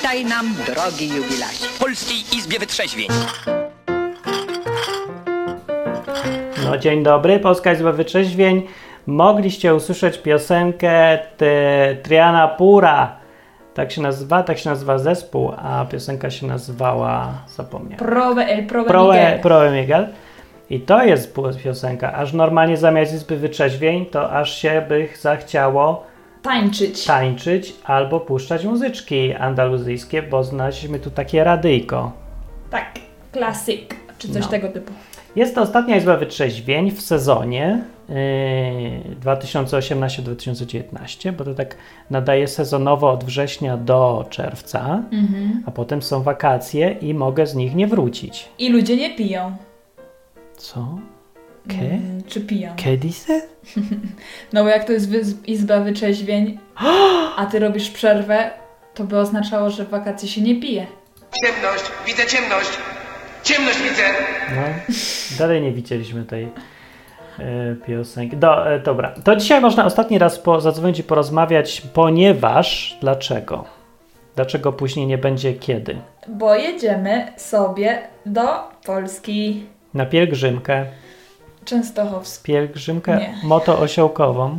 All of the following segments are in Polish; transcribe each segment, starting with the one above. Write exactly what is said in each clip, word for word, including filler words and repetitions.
Witaj nam, drogi jubilacie. W Polskiej Izbie Wytrzeźwień. No dzień dobry, Polska Izba Wytrzeźwień. Mogliście usłyszeć piosenkę t- Triana Pura. Tak się nazywa, tak się nazywa zespół, a piosenka się nazywała, zapomniałem. Prove, el Prove Prove, Miguel. Prove Miguel. I to jest piosenka, aż normalnie zamiast Izby Wytrzeźwień, to aż się by zachciało Tańczyć. tańczyć albo puszczać muzyczki andaluzyjskie, bo znaleźliśmy tu takie radyjko. Tak, klasyk, czy coś No. tego typu. Jest to ostatnia Izba Wytrzeźwień w sezonie yy, dwa tysiące osiemnaście dwa tysiące dziewiętnaście, bo to tak nadaje sezonowo od września do czerwca, Mhm. a potem są wakacje i mogę z nich nie wrócić. I ludzie nie piją. Co? Ke? Mm, czy piją? Ke dice? No bo jak to jest wyz- Izba Wytrzeźwień, a ty robisz przerwę, to by oznaczało, że w wakacje się nie pije. Ciemność, widzę ciemność. Ciemność widzę. No, dalej nie widzieliśmy tej e, piosenki. Do, e, dobra, to dzisiaj można ostatni raz po, zadzwonić i porozmawiać, ponieważ... Dlaczego? Dlaczego później nie będzie kiedy? Bo jedziemy sobie do Polski Na pielgrzymkę. Częstochowskiej. Pielgrzymkę Nie. motoosiołkową.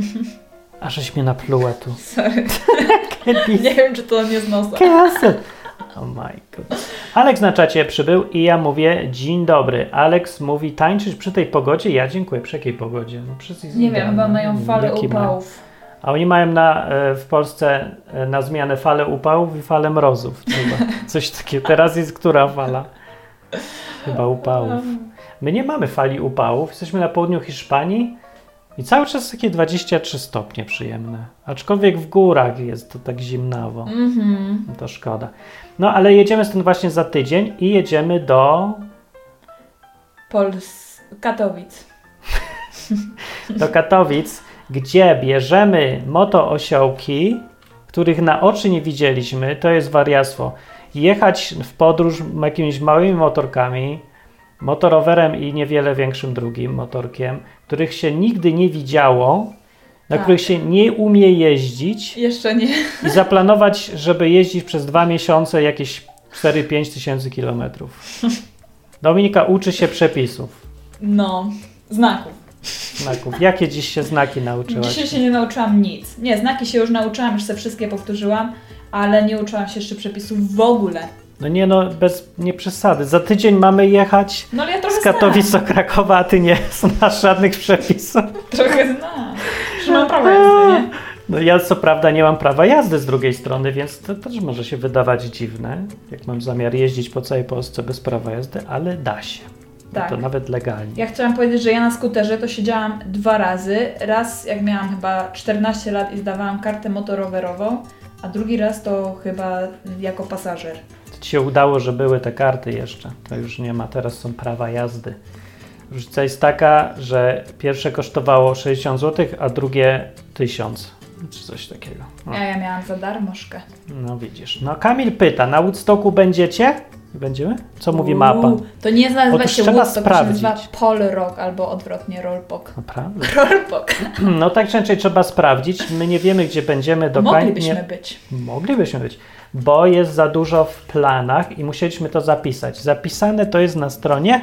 A żeś mnie napluła tu. Sorry. Nie wiem, czy to nie znoszę. Castle. Oh my god. Aleks na czacie przybył i ja mówię dzień dobry. Aleks mówi tańczyć przy tej pogodzie? Ja dziękuję. Przy jakiej pogodzie? No, przez Nie wiem, chyba mają falę Jaki mają? upałów. A oni mają na, e, w Polsce e, na zmianę falę upałów i falę mrozów. Chyba. Coś takiego. Teraz jest która fala? Chyba upałów. My nie mamy fali upałów. Jesteśmy na południu Hiszpanii i cały czas takie dwadzieścia trzy stopnie przyjemne. Aczkolwiek w górach jest to tak zimnawo. Mhm. To szkoda. No ale jedziemy stąd właśnie za tydzień i jedziemy do, Pols... Katowic. do Katowic, gdzie bierzemy motoosiołki, których na oczy nie widzieliśmy. To jest wariactwo. Jechać w podróż jakimiś małymi motorkami, motorowerem i niewiele większym drugim motorkiem, których się nigdy nie widziało, na Tak. których się nie umie jeździć Jeszcze nie. i zaplanować, żeby jeździć przez dwa miesiące jakieś cztery pięć tysięcy kilometrów. Dominika uczy się przepisów, No, znaków. znaków. Jakie dziś się znaki nauczyłaś? Dzisiaj się nie nauczyłam nic. Nie, znaki się już nauczyłam, już sobie wszystkie powtórzyłam, ale nie uczyłam się jeszcze przepisów w ogóle. No nie no, bez nie przesady. Za tydzień mamy jechać No ale ja trochę z Katowic znam. do Krakowa, a ty nie znasz żadnych przepisów. Trochę znam. Że mam prawo jazdy, nie? No ja co prawda nie mam prawa jazdy z drugiej strony, więc to też może się wydawać dziwne, jak mam zamiar jeździć po całej Polsce bez prawa jazdy, ale da się. Tak. To nawet legalnie. Ja chciałam powiedzieć, że ja na skuterze to siedziałam dwa razy. Raz jak miałam chyba czternaście lat i zdawałam kartę motorowerową, a drugi raz to chyba jako pasażer. To ci się udało, że były te karty jeszcze. To już nie ma, teraz są prawa jazdy. Różnica jest taka, że pierwsze kosztowało sześćdziesiąt złotych, a drugie tysiąc. Czy coś takiego. No. A ja miałam za darmożkę. No widzisz. No Kamil pyta, na Woodstocku będziecie? Będziemy? Co mówi mapa? Uuu, to nie nazywa Otóż się trzeba Woodstock, to się sprawdzić. nazywa Pol Rock albo odwrotnie Rollpok. Naprawdę? Rollpok. No tak czy inaczej trzeba sprawdzić. My nie wiemy, gdzie będziemy dokładnie. Moglibyśmy być. Moglibyśmy być, bo jest za dużo w planach i musieliśmy to zapisać. Zapisane to jest na stronie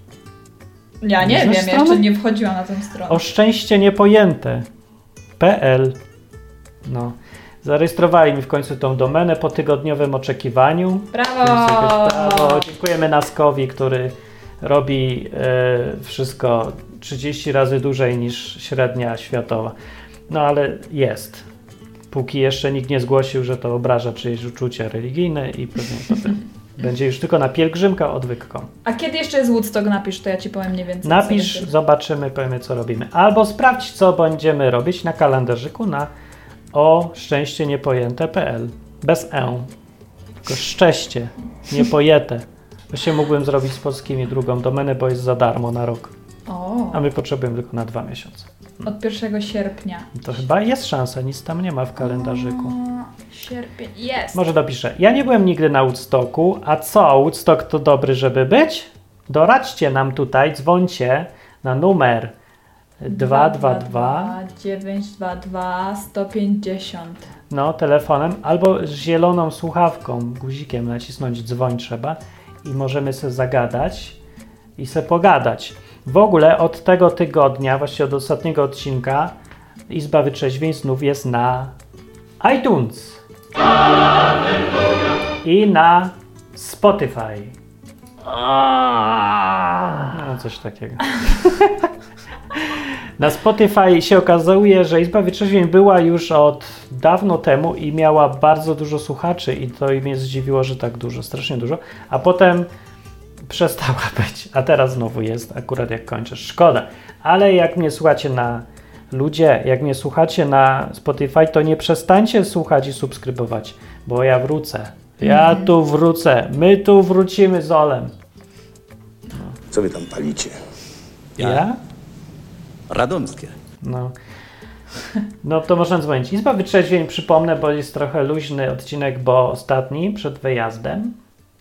Ja nie Znasz wiem, ja stronę? jeszcze nie wchodziłam na tę stronę. o szczęście niepojęte kropka p l. No. Zarejestrowali mi w końcu tą domenę po tygodniowym oczekiwaniu. Brawo! Więc jakoś brawo. Dziękujemy Naskowi, który robi e, wszystko trzydzieści razy dłużej niż średnia światowa. No ale jest. Póki jeszcze nikt nie zgłosił, że to obraża czyjeś uczucia religijne i pewnie potem będzie już tylko na pielgrzymka odwyk kropka com. A kiedy jeszcze jest Woodstock, napisz, to ja ci powiem mniej więcej. Napisz, co będzie. zobaczymy, powiemy co robimy. Albo sprawdź, co będziemy robić na kalendarzyku na o szczęście niepojęte kropka p l. Bez e. Tylko szczęście niepojęte. Właśnie mógłbym zrobić z polskimi drugą domenę, bo jest za darmo na rok. O, A my potrzebujemy tylko na dwa miesiące. od pierwszego sierpnia. To chyba jest szansa, nic tam nie ma w kalendarzyku. O, sierpień, jest. Może dopiszę. Ja nie byłem nigdy na Woodstocku, a co? Woodstock to dobry, żeby być? Doradźcie nam tutaj, dzwońcie na numer dwa dwa dwa dziewięć dwa dwa sto pięćdziesiąt. No, telefonem albo z zieloną słuchawką, guzikiem nacisnąć dzwoń trzeba i możemy sobie zagadać i sobie pogadać. W ogóle od tego tygodnia, właściwie od ostatniego odcinka Izba Wytrzeźwień znów jest na iTunes i na Spotify. No, coś takiego. Na Spotify się okazuje, że Izba Wytrzeźwień była już od dawno temu i miała bardzo dużo słuchaczy i to mnie zdziwiło, że tak dużo, strasznie dużo, a potem przestała być, a teraz znowu jest, akurat jak kończę. Szkoda, ale jak mnie słuchacie na ludzie, jak mnie słuchacie na Spotify, to nie przestańcie słuchać i subskrybować, bo ja wrócę. Ja mm. tu wrócę. My tu wrócimy z Olem. No. Co wy tam palicie? Ja? ja? Radomskie. No. No to można dzwonić. Izba Wytrzeźwień, przypomnę, bo jest trochę luźny odcinek, bo ostatni, przed wyjazdem.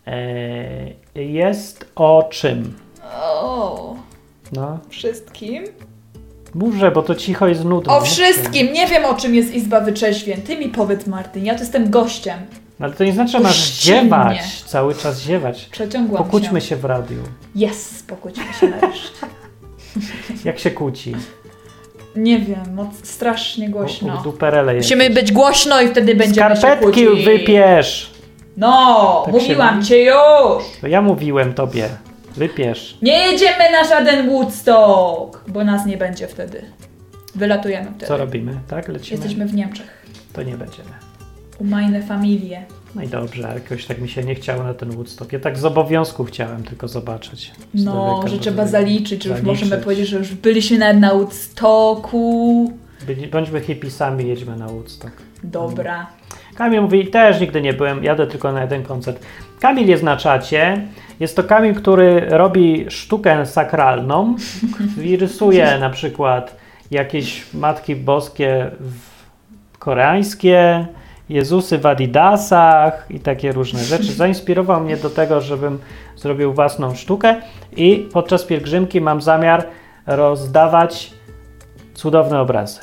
Yy, jest o czym? O, no. Wszystkim? Muszę, bo to cicho jest nudno. O wszystkim! Nie wiem, o czym jest Izba Wytrzeźwień. Ty mi powiedz, Martyn, ja tu jestem gościem. No, ale to nie znaczy, że masz ziewać, cały czas ziewać. Przeciągłam Pokłóćmy się. się w radiu. Yes, pokłóćmy się nareszcie. Jak się kłóci? Nie wiem, moc, strasznie głośno. U, u duperele Musimy być głośno i wtedy będziemy Skarpetki się kłócić. wypierz! No, tak mówiłam się... cię już! To ja mówiłem tobie. Wypierz. Nie jedziemy na żaden Woodstock, bo nas nie będzie wtedy. Wylatujemy wtedy. Co robimy? Tak? Lecimy? Jesteśmy w Niemczech. To nie będziemy. U meine Familie. No i dobrze, ale jakoś tak mi się nie chciało na ten Woodstock. Ja tak z obowiązku chciałem tylko zobaczyć. No, daleka, że trzeba zaliczyć, że już zaliczyć. możemy powiedzieć, że już byliśmy nawet na Woodstocku. Byli, bądźmy hipisami, jedźmy na Woodstock. Dobra. Kamil mówi, też nigdy nie byłem, jadę tylko na jeden koncert. Kamil jest na czacie. Jest to Kamil, który robi sztukę sakralną i rysuje na przykład jakieś Matki Boskie w koreańskie, Jezusy w adidasach i takie różne rzeczy. Zainspirował mnie do tego, żebym zrobił własną sztukę i podczas pielgrzymki mam zamiar rozdawać cudowne obrazy.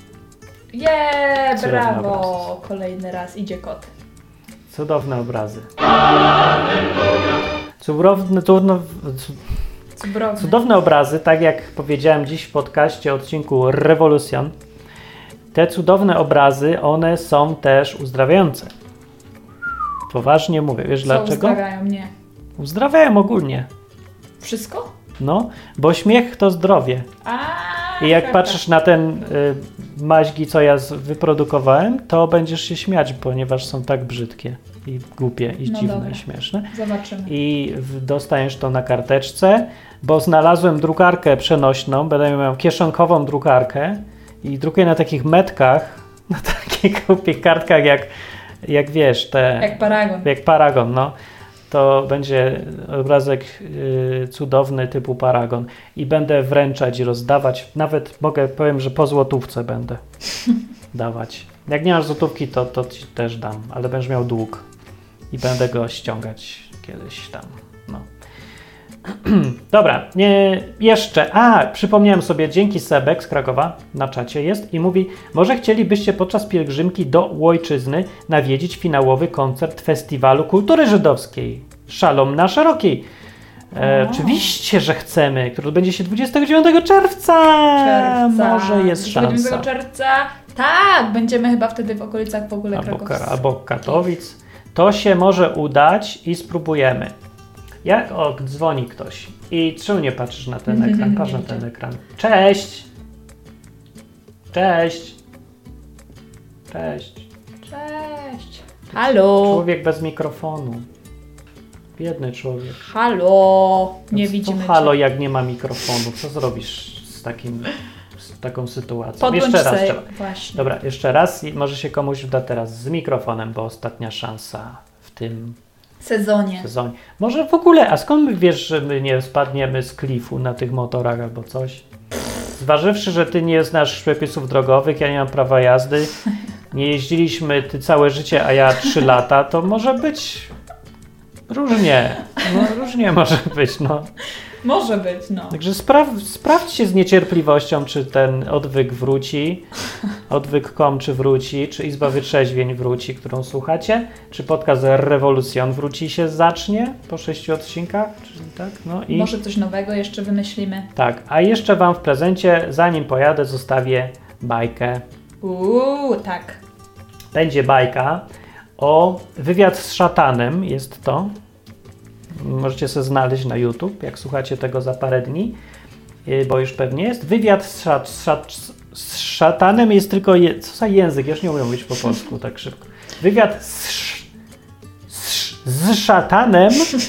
Jeee, Cudowne brawo! obrazy. Kolejny raz idzie kot. Cudowne obrazy. Cudowne, cudowne, Cudowne. cudowne obrazy, tak jak powiedziałem dziś w podcaście, odcinku Revolution. Te cudowne obrazy, one są też uzdrawiające. Poważnie mówię. Wiesz Co dlaczego? uzdrawiają mnie? Uzdrawiają ogólnie. Wszystko? No, bo śmiech to zdrowie. A, I jak prawda. patrzysz na ten y, maźgi, co ja z, wyprodukowałem, to będziesz się śmiać, ponieważ są tak brzydkie i głupie i No dziwne dobra. i śmieszne. Zobaczymy. I w, dostaniesz to na karteczce, bo znalazłem drukarkę przenośną, będę miał kieszonkową drukarkę i drukuję na takich metkach, na takich głupich kartkach jak, jak wiesz, te... Jak Paragon. Jak Paragon, no. To będzie obrazek y, cudowny typu Paragon i będę wręczać i rozdawać. Nawet mogę, powiem, że po złotówce będę dawać. Jak nie masz złotówki, to, to ci też dam, ale będziesz miał dług i będę go ściągać kiedyś tam. No. Dobra, nie, jeszcze, a przypomniałem sobie, dzięki Sebek z Krakowa na czacie jest i mówi, może chcielibyście podczas pielgrzymki do Łojczyzny nawiedzić finałowy koncert Festiwalu Kultury Żydowskiej Szalom na Szerokiej. E, oczywiście, że chcemy, który odbędzie się dwudziestego dziewiątego czerwca. Czerwca. Może jest szansa. dwudziestego dziewiątego czerwca. Tak, będziemy chyba wtedy w okolicach w ogóle Albo, krakowskich. albo Katowic. To się może udać i spróbujemy. Jak o, dzwoni ktoś i czemu nie patrzysz na ten ekran? Patrz na ten ekran. Cześć! Cześć! Cześć! Cześć! Halo! Człowiek bez mikrofonu. Biedny człowiek. Halo! Nie Co widzimy to halo, cię. jak nie ma mikrofonu? Co zrobisz z, takim, z taką sytuacją? Podłącz Jeszcze raz sobie. trzeba. Właśnie. Dobra, jeszcze raz i może się komuś uda teraz z mikrofonem, bo ostatnia szansa w tym Sezonie. sezonie. Może w ogóle, a skąd my wiesz, że my nie spadniemy z klifu na tych motorach albo coś? Zważywszy, że ty nie znasz przepisów drogowych, ja nie mam prawa jazdy, nie jeździliśmy ty całe życie, a ja trzy lata, to może być różnie. No różnie może być, no. Może być, no. Także spraw- sprawdźcie z niecierpliwością, czy ten odwyk wróci, odwyk kropka com czy wróci, czy Izba Wytrzeźwień wróci, którą słuchacie, czy podcast Rewolucjon wróci się zacznie po sześciu odcinkach, czy tak? No i Może coś nowego jeszcze wymyślimy. tak, a jeszcze wam w prezencie, zanim pojadę, zostawię bajkę. Uuu, tak. Będzie bajka o wywiad z szatanem, jest to. Możecie sobie znaleźć na YouTube, jak słuchacie tego za parę dni, bo już pewnie jest. Wywiad z, szat, z, szat, z szatanem jest tylko... Je, co za język? Ja już nie umiem mówić po polsku tak szybko. Wywiad z, z, z szatanem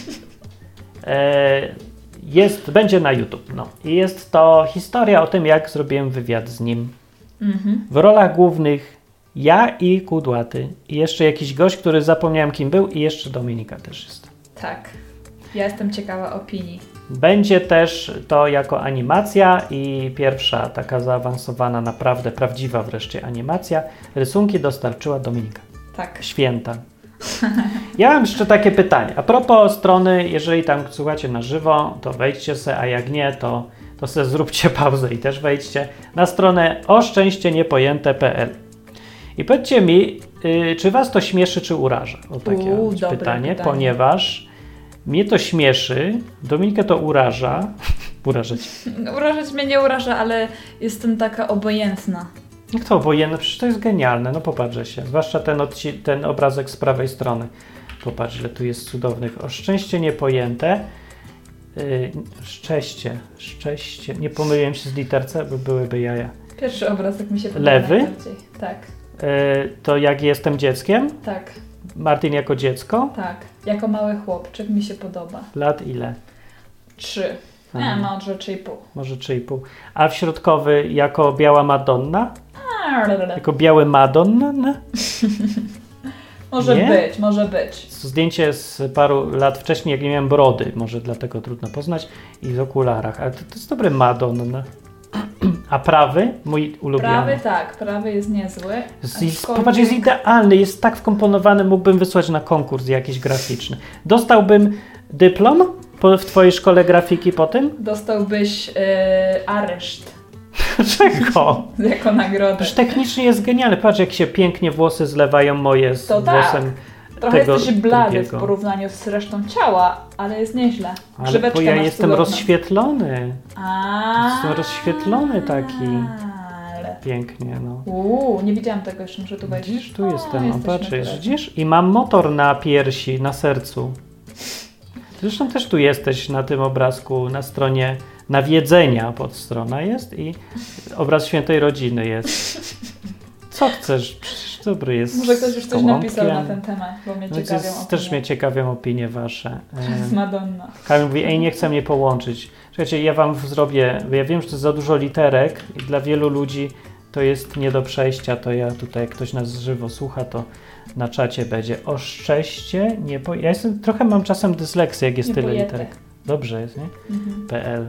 e, jest, będzie na YouTube. No. I jest to historia o tym, jak zrobiłem wywiad z nim. Mhm. W rolach głównych ja i Kudłaty. I jeszcze jakiś gość, który zapomniałem kim był, i jeszcze Dominika też jest. Tak. Ja jestem ciekawa opinii. Będzie też to jako animacja i pierwsza taka zaawansowana, naprawdę prawdziwa wreszcie animacja. Rysunki dostarczyła Dominika. Tak. Święta. Ja mam jeszcze takie pytanie. A propos strony, jeżeli tam słuchacie na żywo, to wejdźcie se, a jak nie, to, to se zróbcie pauzę i też wejdźcie na stronę o szczęście niepojęte kropka p l. I powiedzcie mi, yy, czy was to śmieszy, czy uraża? O takie Uuu, pytanie, pytanie, ponieważ mnie to śmieszy, Dominikę to uraża. Uraża cię. Urażać mnie nie uraża, ale jestem taka obojętna. Jak to obojętne? Przecież to jest genialne. No popatrzę się. Zwłaszcza ten, odci- ten obrazek z prawej strony. Popatrz, ile tu jest cudownych. O szczęście niepojęte. Yy, szczęście. Szczęście. Nie pomyliłem się z liter C, bo byłyby jaja. Pierwszy obrazek mi się podoba Lewy? najbardziej. Tak, Yy, to jak jestem dzieckiem? tak, Martin jako dziecko? tak. Jako mały chłopczyk mi się podoba. Lat ile? Trzy. Aha. Nie, może trzy i pół. Może trzy i pół. A w środkowy jako biała Madonna? Jako biały Madonna? Może Nie? być, może być. Zdjęcie z paru lat wcześniej, jak nie miałem brody, może dlatego trudno poznać, i w okularach. Ale to, to jest dobry Madonna. A prawy? Mój ulubiony. Prawy tak, prawy jest niezły. Jest, jest, aczkolwiek- popatrz, jest idealny, jest tak wkomponowany, mógłbym wysłać na konkurs jakiś graficzny. Dostałbym dyplom po, w twojej szkole grafiki po tym? Dostałbyś yy, areszt Czego? jako nagrodę. Przecież technicznie jest genialny. Patrz, jak się pięknie włosy zlewają moje z To tak. włosem Trochę tego jesteś blady drugiego. w porównaniu z resztą ciała, ale jest nieźle. Ale Grzyweczkę bo ja masz jestem cudowną. rozświetlony. A. Jestem rozświetlony taki. Ale. Pięknie, no. Uuu, nie widziałam tego jeszcze, muszę tu wejść. Widzisz, tu O, jestem, o, jesteśmy patrz, teraz. widzisz? I mam motor na piersi, na sercu. Zresztą też tu jesteś na tym obrazku, na stronie nawiedzenia podstrona jest i obraz świętej rodziny jest. Co chcesz? Przecież dobry jest. Może ktoś już z coś napisał na gołąbkiem. ten temat, bo mnie No ciekawią jest, opinie. też mnie ciekawią opinie wasze. Z Madonna. Kamil mówi, ej, nie chce mnie połączyć. Słuchajcie, ja wam zrobię, bo ja wiem, że to jest za dużo literek i dla wielu ludzi to jest nie do przejścia, to ja tutaj, jak ktoś nas żywo słucha, to na czacie będzie o szczęście, nie po... Ja jestem, trochę mam czasem dysleksję, jak jest tyle Niepojęte. literek. Dobrze jest, nie? Mhm. P L.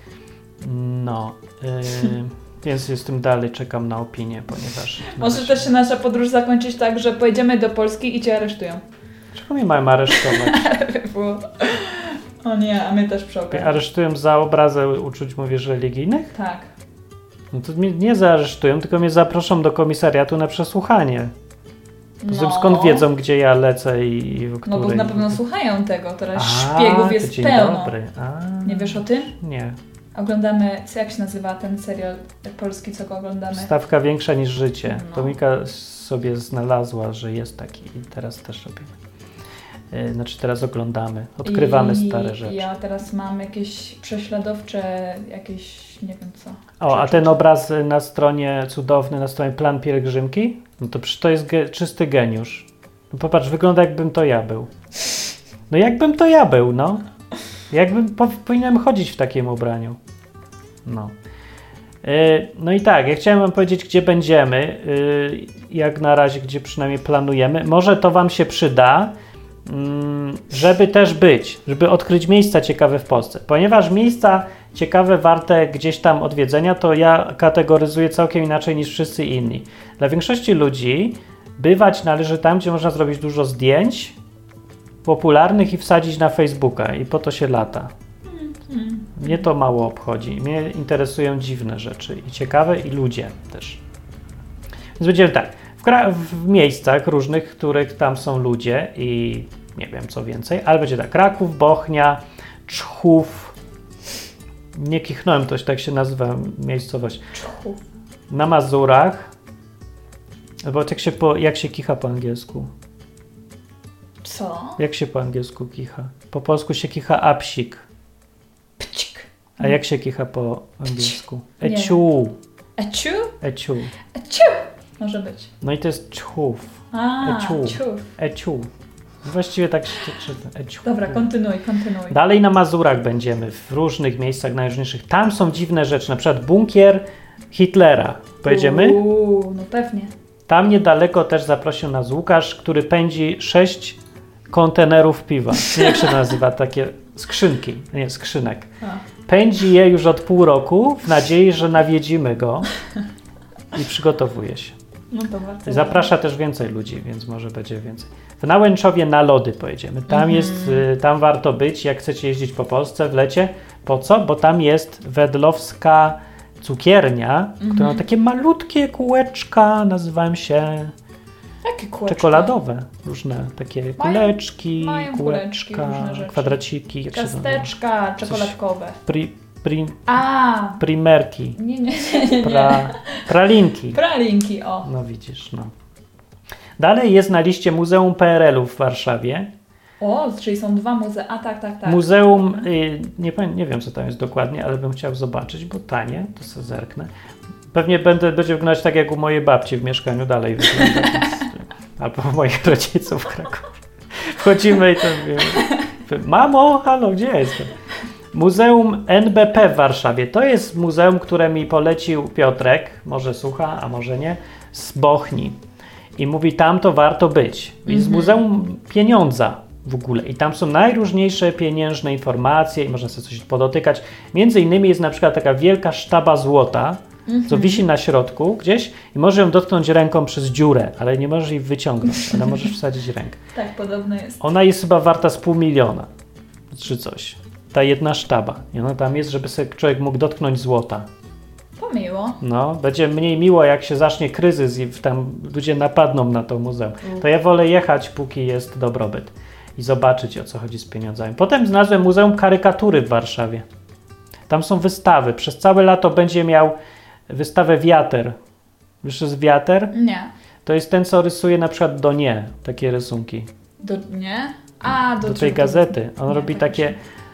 No, yy, więc jestem dalej, czekam na opinię, ponieważ... Może też się nasza podróż zakończyć tak, że pojedziemy do Polski i cię aresztują. Czego mnie mają aresztować? Było. O nie, a my też przy okazji. Aresztują za obrazę uczuć, mówisz, religijnych? Tak. No to mnie nie zaaresztują, tylko mnie zaproszą do komisariatu na przesłuchanie. Poza tym skąd wiedzą, gdzie ja lecę i, i w której... No bo na pewno słuchają tego, teraz A, szpiegów to jest dzień pełno. dobry. A, Nie wiesz o tym? Nie. Oglądamy, co- jak się nazywa ten serial polski, co go oglądamy? Stawka większa niż życie. No. Tomika sobie znalazła, że jest taki i teraz też robimy. Yy, Znaczy teraz oglądamy, odkrywamy I stare rzeczy. ja teraz mam jakieś prześladowcze, jakieś, nie wiem co. O, a rzeczy. ten obraz na stronie cudowny, na stronie Plan Pielgrzymki, no to przecież to jest ge- czysty geniusz. No popatrz, wygląda jakbym to ja był. No jakbym to ja był, no. Jakbym po, powinienem chodzić w takim ubraniu. No. Yy, no i tak, ja chciałem wam powiedzieć, gdzie będziemy, yy, jak na razie, gdzie przynajmniej planujemy. Może to wam się przyda, yy, żeby też być, żeby odkryć miejsca ciekawe w Polsce. Ponieważ miejsca ciekawe, warte gdzieś tam odwiedzenia, to ja kategoryzuję całkiem inaczej niż wszyscy inni. Dla większości ludzi bywać należy tam, gdzie można zrobić dużo zdjęć popularnych i wsadzić na Facebooka i po to się lata. Mnie to mało obchodzi. Mnie interesują dziwne rzeczy i ciekawe i ludzie też. Więc będziemy tak, w, kra- w miejscach różnych, w których tam są ludzie i nie wiem co więcej, ale będzie tak, Kraków, Bochnia, Czchów, nie kichnąłem, to tak się nazywa miejscowość, Czchu. na Mazurach, bo jak się, po, jak się kicha po angielsku? Co? Jak się po angielsku kicha? Po polsku się kicha apsik. Pcik. A jak się kicha po angielsku? Nie. Eciu. Eciu? Eciu. Eciu! Może być. No i to jest czchów. A, Eciu. ciuf. Eciu. Właściwie tak się czyta. Eciu. Dobra, kontynuuj, kontynuuj. Dalej na Mazurach będziemy, w różnych miejscach najróżniejszych. Tam są dziwne rzeczy, na przykład bunkier Hitlera. Pojedziemy? Uuu, no pewnie. Tam niedaleko też zaprosił nas Łukasz, który pędzi sześć kontenerów piwa. Nie, jak się nazywa, takie skrzynki, nie, skrzynek. A. Pędzi je już od pół roku w nadziei, że nawiedzimy go i przygotowuje się. No to bardzo. Zaprasza też więcej ludzi, więc może będzie więcej. W Nałęczowie na lody pojedziemy. Tam Mhm. jest, y, tam warto być, jak chcecie jeździć po Polsce w lecie. Po co? Bo tam jest wedlowska cukiernia, Mhm. która ma takie malutkie kółeczka, nazywają się Jakie kółeczka? czekoladowe, różne takie Mają- kuleczki, mają kuleczki, kółeczka, różne rzeczy. kwadraciki, jak się to nazywa? Ciasteczka czekoladkowe. Pri, pri, A, primerki, nie, nie, nie, nie. pra, pralinki. Pralinki, o. No widzisz, no. Dalej jest na liście Muzeum P R L-u w Warszawie. O, czyli są dwa muzea. A tak, tak, tak. Muzeum, y, nie, pamię- nie wiem co tam jest dokładnie, ale bym chciał zobaczyć, bo tanie, to sobie zerknę. Pewnie będę, będzie wyglądać tak jak u mojej babci w mieszkaniu dalej wygląda. Więc, albo u moich rodziców w Krakowie. Wchodzimy i to mówimy, mamo, halo, gdzie jestem? Muzeum N B P w Warszawie. To jest muzeum, które mi polecił Piotrek, może słucha, a może nie, z Bochni. I mówi, tam to warto być. Jest Mhm. Muzeum Pieniądza w ogóle. I tam są najróżniejsze pieniężne informacje i można sobie coś podotykać. Między innymi jest na przykład taka wielka sztaba złota, co wisi na środku gdzieś i może ją dotknąć ręką przez dziurę, ale nie możesz jej wyciągnąć, ale możesz wsadzić rękę. Tak, podobno jest. Ona jest chyba warta z pół miliona, czy coś. Ta jedna sztaba. I ona tam jest, żeby sobie człowiek mógł dotknąć złota. To miło. No, będzie mniej miło, jak się zacznie kryzys i tam ludzie napadną na to muzeum. To ja wolę jechać, póki jest dobrobyt i zobaczyć, o co chodzi z pieniądzami. Potem znalazłem Muzeum Karykatury w Warszawie. Tam są wystawy. Przez całe lato będzie miał wystawę Wiater. Wiesz, co jest Wiater? Nie. To jest ten, co rysuje na przykład do nie, takie rysunki. Do, nie? A, do, Do tej czego? gazety. On Nie, robi tak takie...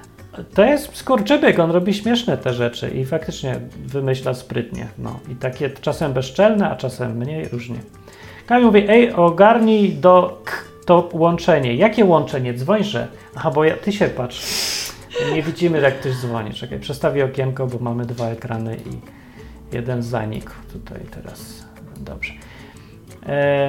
To jest skurczybyk, on robi śmieszne te rzeczy i faktycznie wymyśla sprytnie. No. I takie czasem bezczelne, a czasem mniej, różnie. Kamil mówi, ej, ogarnij do k to łączenie. Jakie łączenie? Dzwońże. Aha, bo ja, ty się patrz. Nie widzimy, jak ktoś dzwoni. Czekaj, przestawię okienko, bo mamy dwa ekrany i jeden zanikł tutaj teraz. Dobrze. E,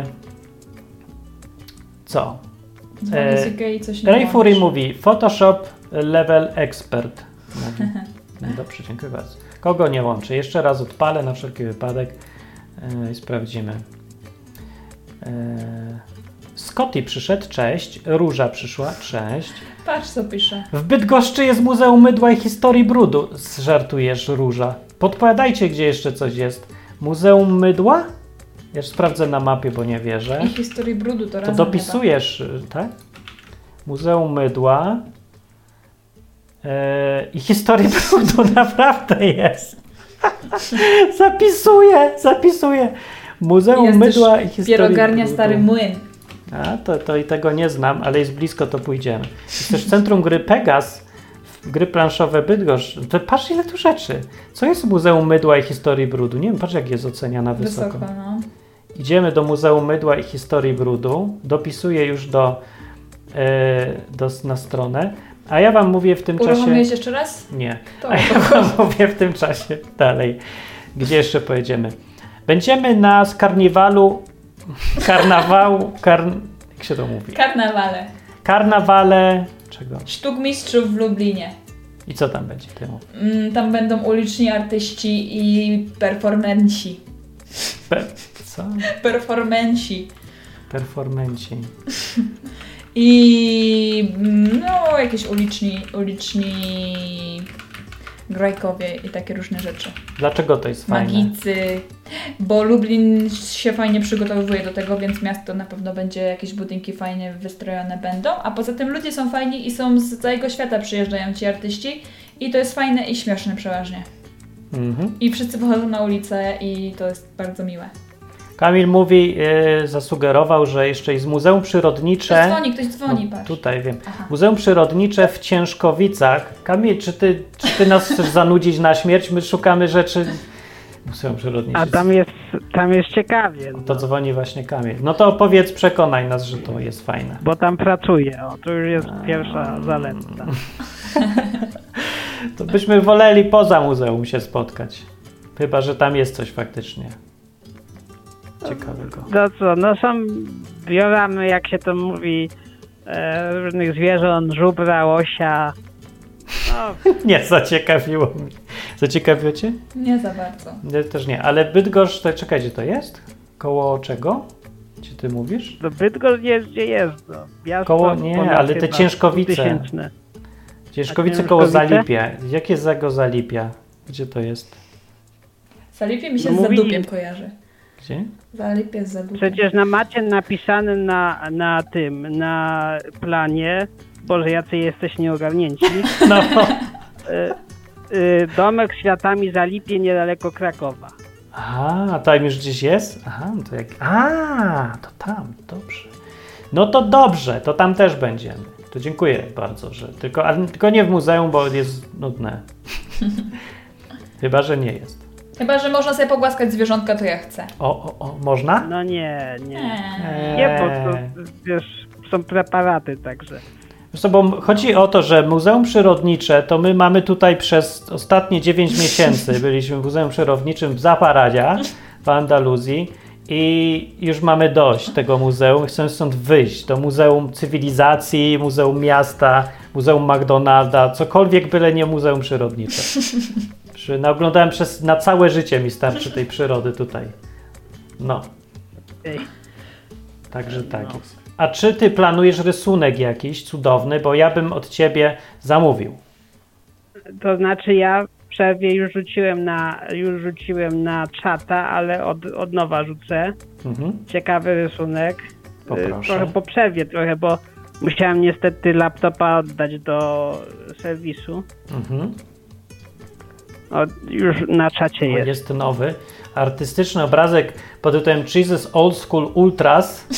co? Dzwonię z Ikei, coś nie Ray Fury łączy. mówi, Photoshop level expert. Mówi. No dobrze, dziękuję bardzo. Kogo nie łączy? Jeszcze raz odpalę na wszelki wypadek yy, i sprawdzimy. Yy, Scotty przyszedł, cześć. Róża przyszła, cześć. Patrz, co pisze. W Bydgoszczy jest Muzeum Mydła i Historii Brudu. Żartujesz, Róża. Podpowiadajcie, gdzie jeszcze coś jest. Muzeum Mydła? Ja już sprawdzę na mapie, bo nie wierzę. I historii brudu to To razem dopisujesz, tak? Muzeum Mydła yy, i Historii Brudu naprawdę jest. zapisuję, zapisuję. Muzeum Jest Mydła i też Historii pierogarnia Brudu. Stary Młyn. A, to, to i tego nie znam, ale jest blisko, to pójdziemy. Jest też Centrum Gry Pegas, gry planszowe Bydgoszcz. To patrz, ile tu rzeczy. Co jest Muzeum Mydła i Historii Brudu? Nie wiem, patrz, jak jest oceniana wysoko. Wysoko, no. Idziemy do Muzeum Mydła i Historii Brudu. Dopisuję już do, yy, do, na stronę. A ja wam mówię w tym czasie... Uruchomiłeś jeszcze raz? Nie. To A ja wam mówię w tym czasie dalej. Gdzie jeszcze pojedziemy? Będziemy na karniwalu... Karnawału... Karn... Jak się to mówi? Karnawale. Karnawale... Czego? Sztuk mistrzów w Lublinie. I co tam będzie? Ty mów. Mm, tam będą uliczni artyści i performenci. Pe... Co? Performenci. Performenci. I mm, no, jakieś uliczni, uliczni grajkowie i takie różne rzeczy. Dlaczego to jest fajne? Magicy, bo Lublin się fajnie przygotowuje do tego, więc miasto na pewno będzie, jakieś budynki fajnie wystrojone będą, a poza tym ludzie są fajni i są z całego świata przyjeżdżają ci artyści i to jest fajne i śmieszne przeważnie. Mhm. I wszyscy wychodzą na ulicę i to jest bardzo miłe. Kamil mówi, yy, zasugerował, że jeszcze jest Muzeum Przyrodnicze. Ktoś dzwoni, ktoś dzwoni, no, patrz. tutaj wiem. Aha. Muzeum Przyrodnicze w Ciężkowicach. Kamil, czy ty, czy ty nas chcesz zanudzić na śmierć? My szukamy rzeczy... Muzeum Przyrodnicze. A tam jest, tam jest ciekawie. No. To dzwoni właśnie Kamil. No to opowiedz, przekonaj nas, że to jest fajne. Bo tam pracuję, o, to już jest pierwsza zaleta. To byśmy woleli poza muzeum się spotkać. Chyba, że tam jest coś faktycznie ciekawego. No co, no są bioramy, jak się to mówi, e, różnych zwierząt, żubra, łosia. No, Nie, zaciekawiło mnie. Zaciekawiło cię? Nie za bardzo. Ja też nie, ale Bydgoszcz, to czekaj, gdzie to jest? Koło czego? Gdzie ty mówisz? do Bydgoszcz jest, gdzie jest. No. Miasto Koło- nie, ponad ale te chyba Ciężkowice. dwutysięczne. Ciężkowice A koło Ciężkowice? Zalipia. Jak jest za go Zalipia? Gdzie to jest? Zalipie mi się No z mówili- Zadupiem kojarzy. Gdzie? Zalipie z Zadupiem. Przecież na macie napisane na, na tym, na planie, Boże, jacy jesteś nieogarnięci, No, y, y, domek z kwiatami Zalipie niedaleko Krakowa. aha, tam już gdzieś jest? Aha, no to jak... A, to tam, dobrze. No to dobrze, to tam też będziemy. To dziękuję bardzo, że tylko, ale tylko nie w muzeum, bo jest nudne. Chyba, że nie jest. Chyba, że można sobie pogłaskać zwierzątka, to ja chcę. O, o, o, można? No nie, nie. Eee. Nie, bo to, wiesz, są preparaty także. Wiesz co, bo chodzi o to, że Muzeum Przyrodnicze, to my mamy tutaj przez ostatnie dziewięć miesięcy, byliśmy w Muzeum Przyrodniczym w Zaparadia, w Andaluzji i już mamy dość tego muzeum. Chcemy stąd wyjść do Muzeum Cywilizacji, Muzeum Miasta, Muzeum McDonalda, cokolwiek, byle nie Muzeum Przyrodnicze. Przy, no, oglądałem przez, na całe życie mi starczy tej przyrody tutaj. No. Ej. Także tak jest. A czy ty planujesz rysunek jakiś cudowny, bo ja bym od ciebie zamówił. To znaczy ja w przerwie już rzuciłem na, już rzuciłem na czata, ale od, od nowa rzucę. Mhm. Ciekawy rysunek. Poproszę. Trochę po przerwie trochę, bo musiałem niestety laptopa oddać do serwisu. Mhm. O, już na czacie O, jest. jest nowy, artystyczny obrazek pod tytułem Jesus Old School Ultras.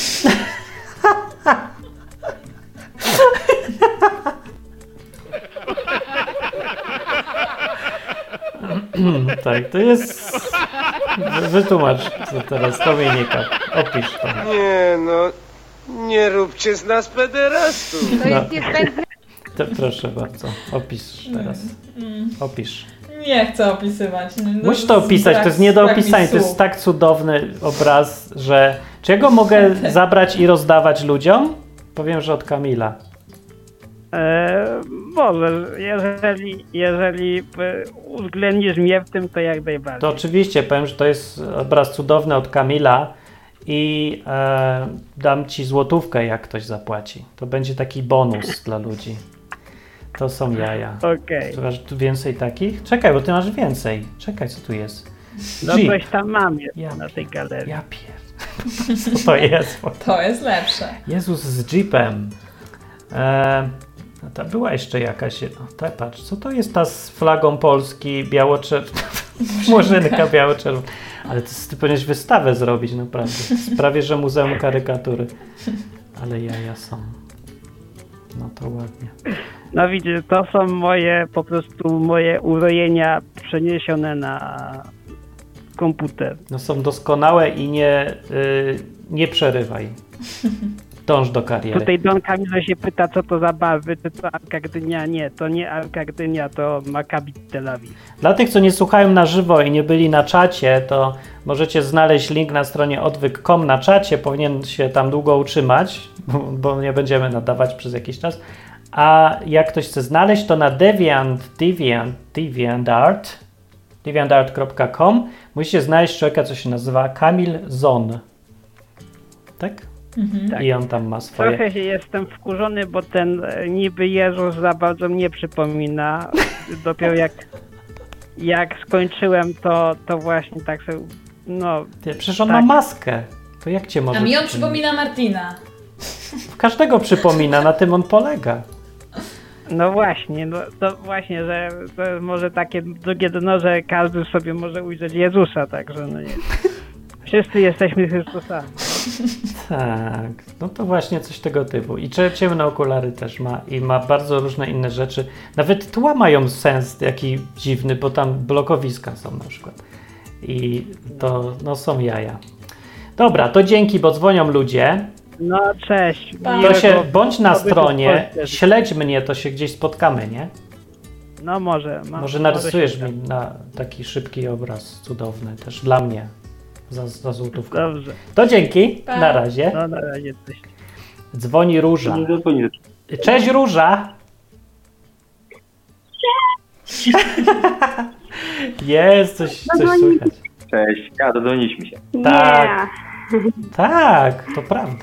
Tak, to jest... Wytłumacz co teraz, Dominika. Opisz to. Nie no, nie róbcie z nas pederastów. To jest niezbędne. To proszę bardzo, opisz teraz. Opisz. Nie chcę opisywać. No, Musisz to opisać, to jest nie do opisania, to jest tak cudowny obraz, że... Czy ja go mogę zabrać i rozdawać ludziom? Powiem, że od Kamila. E, może, jeżeli, jeżeli e, uwzględnisz mnie w tym, to jak najbardziej. To oczywiście, powiem, że to jest obraz cudowny od Kamila i e, dam ci złotówkę, jak ktoś zapłaci. To będzie taki bonus dla ludzi. To są jaja. Okej. Czy masz tu więcej takich? Czekaj, bo ty masz więcej. Czekaj, co tu jest? No Jeep. coś tam mam jest Ja- na tej galerii. Ja pier... Co to jest? To jest lepsze. Jezus z Jeepem. E, no ta była jeszcze jakaś... O, ta, patrz, co to jest ta z flagą Polski biało-czerwona? Murzynka biało-czerwona. Ale to, ty powinieneś wystawę zrobić, naprawdę. Prawie, że Muzeum Karykatury. Ale jaja są. No to ładnie. No widzisz, to są moje, po prostu moje urojenia przeniesione na komputer. No są doskonałe i nie, y, nie przerywaj. Dąż do kariery. Tutaj Don Camilo się pyta, co to za barwy, czy to Arka Gdynia. Nie, to nie Arka Gdynia, to Maccabi Tel Awiw. Dla tych, co nie słuchają na żywo i nie byli na czacie, to możecie znaleźć link na stronie odwyk kropka com na czacie. Powinien się tam długo utrzymać, bo, bo nie będziemy nadawać przez jakiś czas. A jak ktoś chce znaleźć, to na Deviant, Deviant, DeviantArt, deviantart kropka com musicie znaleźć człowieka, co się nazywa Kamil Zon. Tak? Mhm. Tak. I on tam ma swoje... Trochę się jestem wkurzony, bo ten e, niby Jezus za bardzo mnie przypomina. Dopiero jak jak skończyłem, to, to właśnie tak sobie, no... Ty, przecież on tak. ma maskę. To jak cię może A mi on przypomnieć? przypomina Martina. Każdego przypomina, na tym on polega. No właśnie, no to właśnie, że to może takie drugie dno, że każdy sobie może ujrzeć Jezusa, także no nie. Wszyscy jesteśmy Chrystusami. Tak, no to właśnie coś tego typu. I cie- ciemne okulary też ma i ma bardzo różne inne rzeczy. Nawet tła mają sens taki dziwny, bo tam blokowiska są na przykład. I to no są jaja. Dobra, to dzięki, bo dzwonią ludzie. No cześć. Pa. To Miłego się bądź na pobytu w stronie, Polsce. śledź mnie, to się gdzieś spotkamy, nie? No może. Ma, Może narysujesz się mi na taki szybki obraz cudowny też dla mnie. Za, za złotówkę. Dobrze. To dzięki, Pa. na razie. No na razie coś. Dzwoni Róża. Cześć Róża! Jest, coś, coś słychać. Cześć, ja dodzwoniliśmy się. Tak. Tak, to prawda.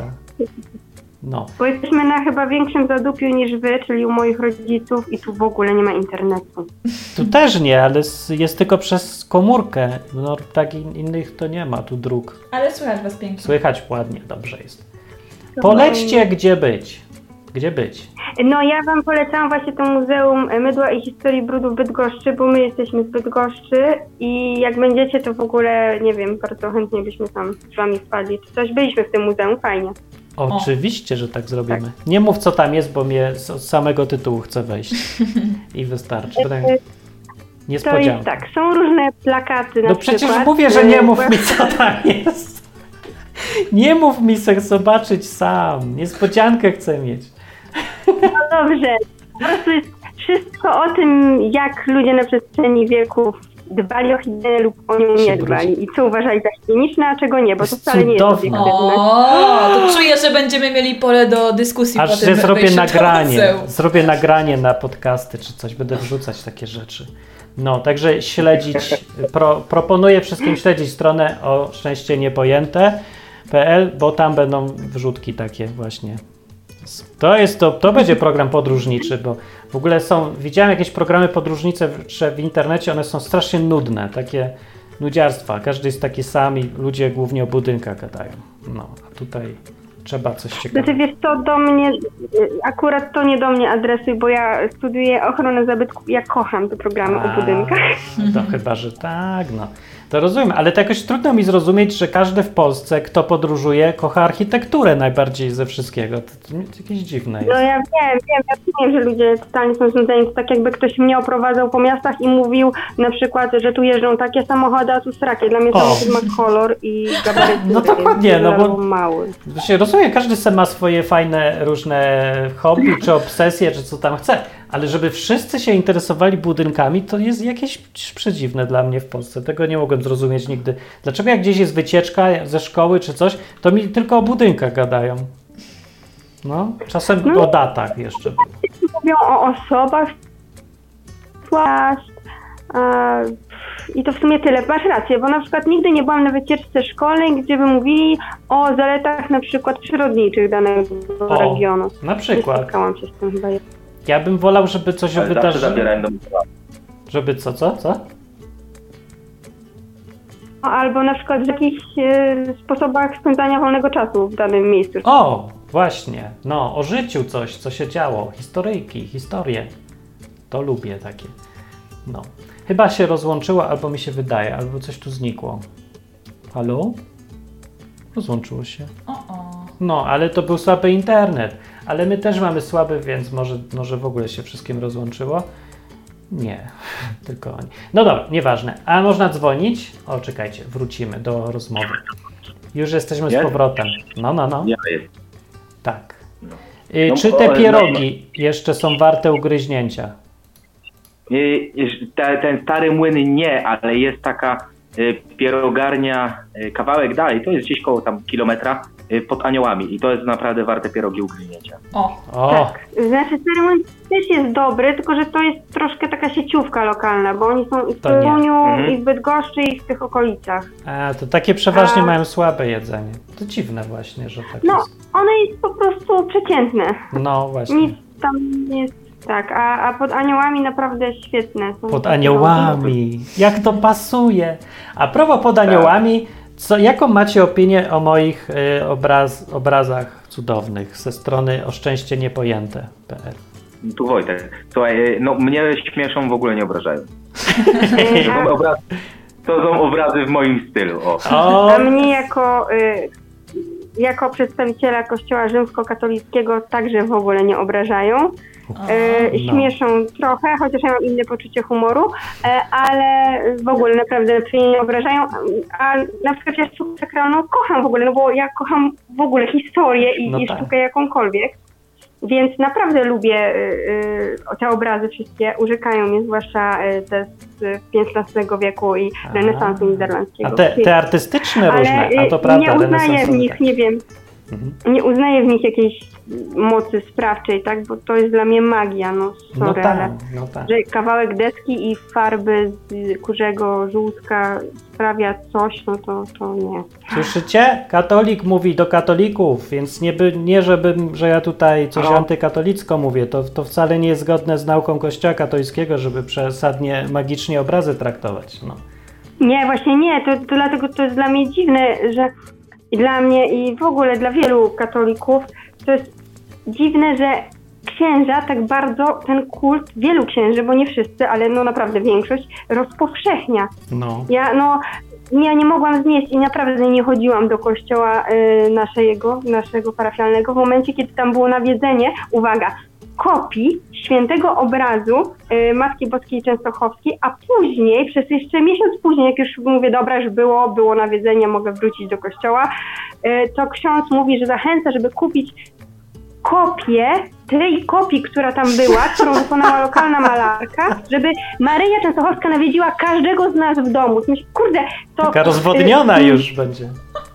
No. Bo jesteśmy na chyba większym zadupiu niż wy, czyli u moich rodziców i tu w ogóle nie ma internetu. Tu też nie, ale s- jest tylko przez komórkę. No tak in- innych to nie ma tu dróg. Ale słychać was pięknie. Słychać ładnie, dobrze jest. Polećcie gdzie być. Gdzie być? No ja wam polecam właśnie to Muzeum Mydła i Historii Brudu w Bydgoszczy, bo my jesteśmy z Bydgoszczy i jak będziecie, to w ogóle, nie wiem, bardzo chętnie byśmy tam z wami wpadli. Czy coś, byliśmy w tym muzeum, fajnie. Oczywiście, że tak zrobimy. Nie mów co tam jest, bo mnie z od samego tytułu chce wejść. I wystarczy. Potem To niespodzianka. jest tak, są różne plakaty na No przykład. przecież mówię, że nie y, mów mi co tam jest. Nie mów mi, chcę zobaczyć sam. Niespodziankę chcę mieć. No dobrze, po prostu jest wszystko o tym, jak ludzie na przestrzeni wieków dbali o higienę lub o nią Się nie dbali i co uważali za higieniczne, a czego nie, bo to Jest wcale nie jest cudowne. obiektywne. O, to czuję, że będziemy mieli pole do dyskusji po Aż tym że zrobię wejściu do nagranie. muzeum. Zrobię nagranie na podcasty czy coś. Będę wrzucać takie rzeczy. No, także śledzić. Pro, proponuję wszystkim śledzić stronę o szczęście niepojęte kropka p l, bo tam będą wrzutki takie właśnie. To jest to, to będzie program podróżniczy, bo w ogóle są, widziałem jakieś programy podróżnicze w, w internecie, one są strasznie nudne, takie nudziarstwa. Każdy jest taki sam i ludzie głównie o budynkach gadają. No, a tutaj trzeba coś Znaczy ciekawego. wiesz co, do mnie, akurat to nie do mnie adresuj, bo ja studiuję ochronę zabytków i ja kocham te programy o budynkach. To chyba, że tak, no. To rozumiem, ale to jakoś trudno mi zrozumieć, że każdy w Polsce, kto podróżuje, kocha architekturę najbardziej ze wszystkiego. To, to jakieś dziwne jest. No ja wiem, wiem, ja wiem, że ludzie totalnie są znudzeni. To tak jakby ktoś mnie oprowadzał po miastach i mówił na przykład, że tu jeżdżą takie samochody, a tu srakie. Dla mnie O. samochód ma kolor i gabaryt No dokładnie, no bo- mały. Się rozumiem, każdy se ma swoje fajne różne hobby, czy obsesje, czy co tam chce, ale żeby wszyscy się interesowali budynkami, to jest jakieś przedziwne dla mnie w Polsce. Tego nie mogłem zrozumieć nigdy. Dlaczego jak gdzieś jest wycieczka ze szkoły czy coś, to mi tylko o budynkach gadają. No, czasem No. o datach jeszcze. Mówią o osobach, płaszcz, a, i to w sumie tyle. Masz rację, bo na przykład nigdy nie byłam na wycieczce szkolnej, gdzie by mówili o zaletach na przykład przyrodniczych danego O, regionu. na Nie przykład. spotkałam się z tym chyba. Ja bym wolał, żeby coś Ale zawsze wydarzyło. zabierałem do muzeum. Żeby co, co, co? No, albo na przykład w jakichś e, sposobach spędzania wolnego czasu w danym miejscu. O, właśnie. No, o życiu coś, co się działo. Historyjki, historie. To lubię takie. No. Chyba się rozłączyło, albo mi się wydaje, albo coś tu znikło. Halo? Rozłączyło się. O, o. No, ale to był słaby internet. Ale my też mamy słaby, więc może, może w ogóle się wszystkim rozłączyło. Nie, tylko oni. No dobra, nieważne. A można dzwonić? O, czekajcie, wrócimy do rozmowy. Już jesteśmy z Jest? powrotem. No, no, no. Ja jest. Tak. Y, No, czy te ale- pierogi jeszcze są warte ugryźnięcia? Y, y, Te, ten stary młyn nie, ale jest taka y, pierogarnia y, kawałek dalej, to jest gdzieś koło tam kilometra, y, pod Aniołami i to jest naprawdę warte pierogi ugryźnięcia. O, O, Tak. Znaczy Ceremon też jest dobry, tylko że to jest troszkę taka sieciówka lokalna, bo oni są i w To nie. Toruniu, Mhm. i w Bydgoszczy, i w tych okolicach. a, to takie przeważnie A- mają słabe jedzenie. To dziwne właśnie, że tak No, jest. one jest po prostu przeciętne. No właśnie. Nic tam nie jest Tak, a, a pod aniołami naprawdę świetne są. Pod aniołami. Jak to pasuje. A propos pod aniołami, co, jaką macie opinię o moich y, obraz, obrazach cudownych ze strony oszczęście niepojęte kropka p l? Tu Wojtek, słuchaj, no mnie śmieszą, w ogóle nie obrażają. To są obrazy, to są obrazy w moim stylu. O. O. A mnie jako, y, jako przedstawiciela kościoła rzymskokatolickiego także w ogóle nie obrażają. Y, no. Śmieszą trochę, chociaż ja mam inne poczucie humoru, y, ale w ogóle naprawdę mnie nie obrażają. A na przykład ja sztukę sakralną kocham w ogóle, no bo ja kocham w ogóle historię i, No i tak. sztukę jakąkolwiek. Więc naprawdę lubię y, y, te obrazy wszystkie, urzekają mnie, zwłaszcza y, te z piętnastego wieku i A. renesansu niderlandzkiego. A te, te artystyczne różne, Ale a to prawda, nie uznaję w renesansowe, nich, tak. nie wiem, Mhm. nie uznaję w nich jakiejś mocy sprawczej, tak, bo to jest dla mnie magia, no No sorry, tak, ale no tak. że kawałek deski i farby z kurzego żółtka sprawia coś, no to, to nie. Słyszycie? Katolik mówi do katolików, więc nie, by, nie żebym, że ja tutaj coś No. antykatolicko mówię, to, to wcale nie jest zgodne z nauką Kościoła katolickiego, żeby przesadnie magicznie obrazy traktować. No. Nie, właśnie nie, to, to dlatego to jest dla mnie dziwne, że i dla mnie i w ogóle dla wielu katolików to jest dziwne, że księża tak bardzo ten kult, wielu księży, bo nie wszyscy, ale no naprawdę większość, rozpowszechnia. No. Ja no, ja nie mogłam znieść i naprawdę nie chodziłam do kościoła y, naszego, naszego parafialnego w momencie, kiedy tam było nawiedzenie, uwaga, kopii świętego obrazu y, Matki Boskiej Częstochowskiej, a później, przez jeszcze miesiąc później, jak już mówię, dobra, już było, było nawiedzenie, mogę wrócić do kościoła, y, to ksiądz mówi, że zachęca, żeby kupić kopię tej kopii, która tam była, którą wykonała lokalna malarka, żeby Maryja Częstochowska nawiedziła każdego z nas w domu. Myślę, kurde, to... Taka rozwodniona y, już będzie.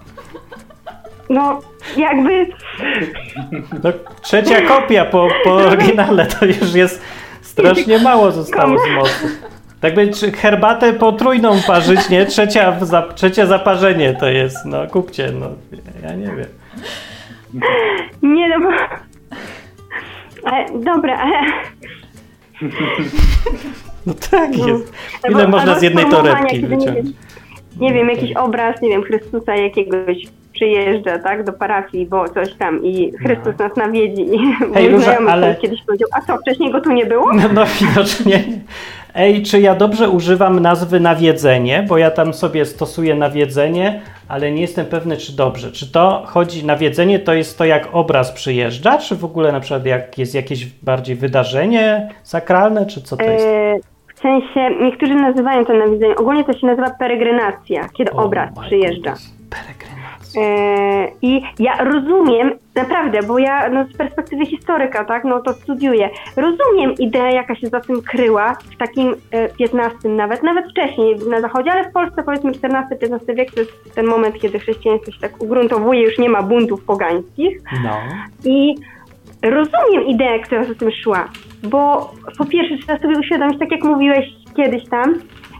No, jakby... No, trzecia kopia po, po oryginale to już jest strasznie mało zostało z mocy. Tak by czy herbatę potrójną parzyć, nie? Trzecia, za, trzecie zaparzenie to jest, no kupcie, no ja nie wiem. Nie no, bo... Ale, dobra, ale... No tak jest. Ile Albo- można albo z jednej sformułowania, torebki kiedy, nie wiem, wyciągnąć? nie wiem, jakiś obraz, nie wiem, Chrystusa jakiegoś przyjeżdża, tak, do parafii, bo coś tam i Chrystus nas nawiedzi. I Hej, mój Róża, znajomy ale- kiedyś powiedział, a co, wcześniej go tu nie było? No, no widocznie nie. Ej, czy ja dobrze używam nazwy nawiedzenie, bo ja tam sobie stosuję nawiedzenie, ale nie jestem pewny, czy dobrze. Czy to chodzi, nawiedzenie to jest to, jak obraz przyjeżdża, czy w ogóle na przykład jak jest jakieś bardziej wydarzenie sakralne, czy co to jest? E, w sensie, niektórzy nazywają to nawiedzenie, ogólnie to się nazywa peregrinacja, kiedy Oh obraz my przyjeżdża. goodness. Peregrinacja. E, I ja rozumiem, naprawdę, bo ja no, z perspektywy historyka, tak, no to studiuję, rozumiem ideę, jaka się za tym kryła w takim e, piętnastym nawet, nawet wcześniej na zachodzie, ale w Polsce powiedzmy czternasty piętnasty wiek to jest ten moment, kiedy chrześcijaństwo się tak ugruntowuje, już nie ma buntów pogańskich. No. I rozumiem ideę, która za tym szła, bo po pierwsze trzeba sobie uświadomić, tak jak mówiłeś kiedyś tam,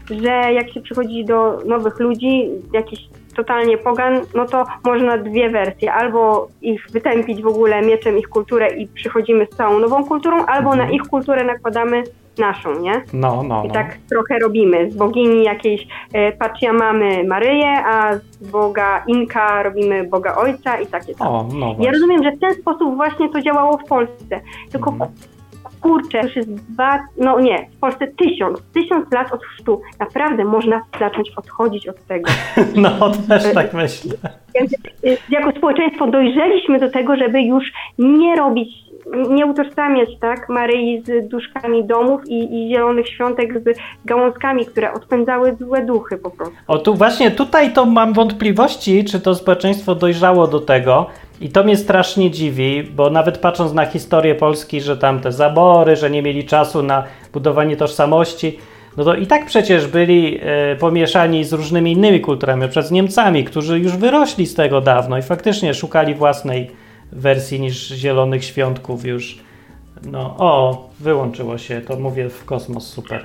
że jak się przychodzi do nowych ludzi, jakiś totalnie pogan, no to można dwie wersje. Albo ich wytępić w ogóle mieczem ich kulturę i przychodzimy z całą nową kulturą, albo na ich kulturę nakładamy naszą, nie? No, no, I no. tak trochę robimy. Z bogini jakiejś e, Patriamamy Maryję, a z Boga Inka robimy Boga Ojca i takie tam. O, no Ja właśnie. rozumiem, że w ten sposób właśnie to działało w Polsce. Tylko Mhm. kurczę, już jest dwa, no nie, w Polsce tysiąc, tysiąc lat od chrztu. Naprawdę można zacząć odchodzić od tego. No, też tak myślę. Więc, y, jako społeczeństwo dojrzeliśmy do tego, żeby już nie robić, nie utożsamiać tak Maryi z duszkami domów i, i zielonych świątek z gałązkami, które odpędzały złe duchy po prostu. O, tu właśnie tutaj to mam wątpliwości, czy to społeczeństwo dojrzało do tego i to mnie strasznie dziwi, bo nawet patrząc na historię Polski, że tam te zabory, że nie mieli czasu na budowanie tożsamości, no to i tak przecież byli e, pomieszani z różnymi innymi kulturami, przez Niemcami, którzy już wyrośli z tego dawno i faktycznie szukali własnej wersji niż zielonych świątków już. No, o, wyłączyło się, to mówię w kosmos, super.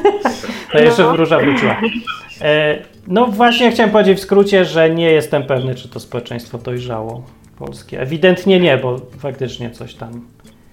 To jeszcze No. Róża wróciła. E, no właśnie chciałem powiedzieć w skrócie, że nie jestem pewny, czy to społeczeństwo dojrzało polskie. Ewidentnie nie, bo faktycznie coś tam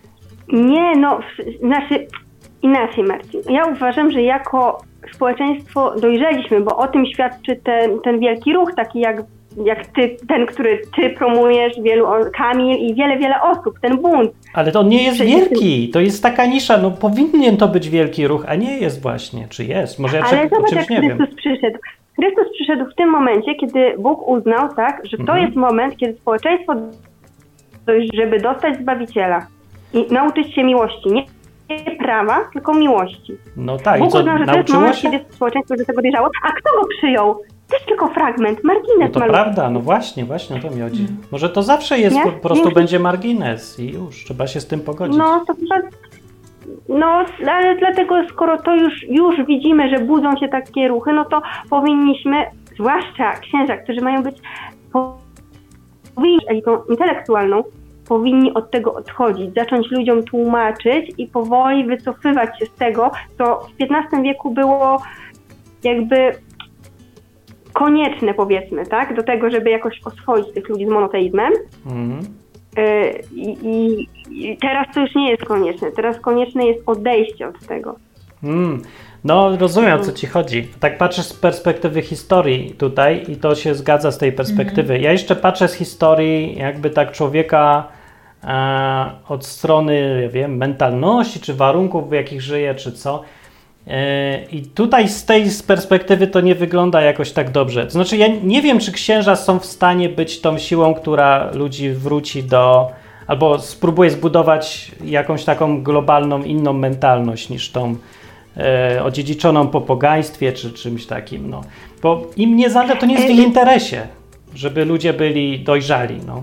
Nie, no, w- znaczy inaczej, Marcin. Ja uważam, że jako społeczeństwo dojrzeliśmy, bo o tym świadczy ten, ten wielki ruch, taki jak, jak ty, ten, który ty promujesz, wielu, o- Kamil i wiele, wiele osób, ten bunt. Ale to nie jest Przecież- wielki, to jest taka nisza, no powinien to być wielki ruch, a nie jest właśnie, czy jest, może ja Ale czek- o zobacz, czymś jak nie wiem. Chrystus przyszedł. Chrystus przyszedł w tym momencie, kiedy Bóg uznał, tak, że to Mhm. jest moment, kiedy społeczeństwo dojrzy, żeby dostać Zbawiciela i nauczyć się miłości. Nie nie prawa, tylko miłości. No tak, i Bóg co, uznał, że to jest nauczyło moment, się? kiedy społeczeństwo do tego dojrzało. A kto go przyjął? To jest tylko fragment, margines No to malutki. prawda, no właśnie, właśnie o to mi chodzi. Może to zawsze jest, Nie? po prostu Większość- będzie margines i już, trzeba się z tym pogodzić. No, to chyba... No, ale dlatego skoro to już, już widzimy, że budzą się takie ruchy, no to powinniśmy, zwłaszcza księża, którzy mają być powinni być elitą intelektualną, powinni od tego odchodzić, zacząć ludziom tłumaczyć i powoli wycofywać się z tego, co w piętnastym wieku było jakby konieczne, powiedzmy, tak, do tego, żeby jakoś oswoić tych ludzi z monoteizmem. Mhm. Yy, I, i, I teraz to już nie jest konieczne. Teraz konieczne jest odejście od tego. Mm. No rozumiem, o co ci chodzi. Tak patrzę z perspektywy historii tutaj i to się zgadza z tej perspektywy. Mhm. Ja jeszcze patrzę z historii jakby tak człowieka e, od strony, ja wiem, mentalności, czy warunków, w jakich żyje, czy co. E, I tutaj z tej z perspektywy to nie wygląda jakoś tak dobrze. To znaczy ja nie wiem, czy księża są w stanie być tą siłą, która ludzi wróci do, albo spróbuje zbudować jakąś taką globalną, inną mentalność niż tą e, odziedziczoną po pogaństwie, czy czymś takim, no. Bo im nie zależy, to nie jest w ich interesie, żeby ludzie byli dojrzali, no.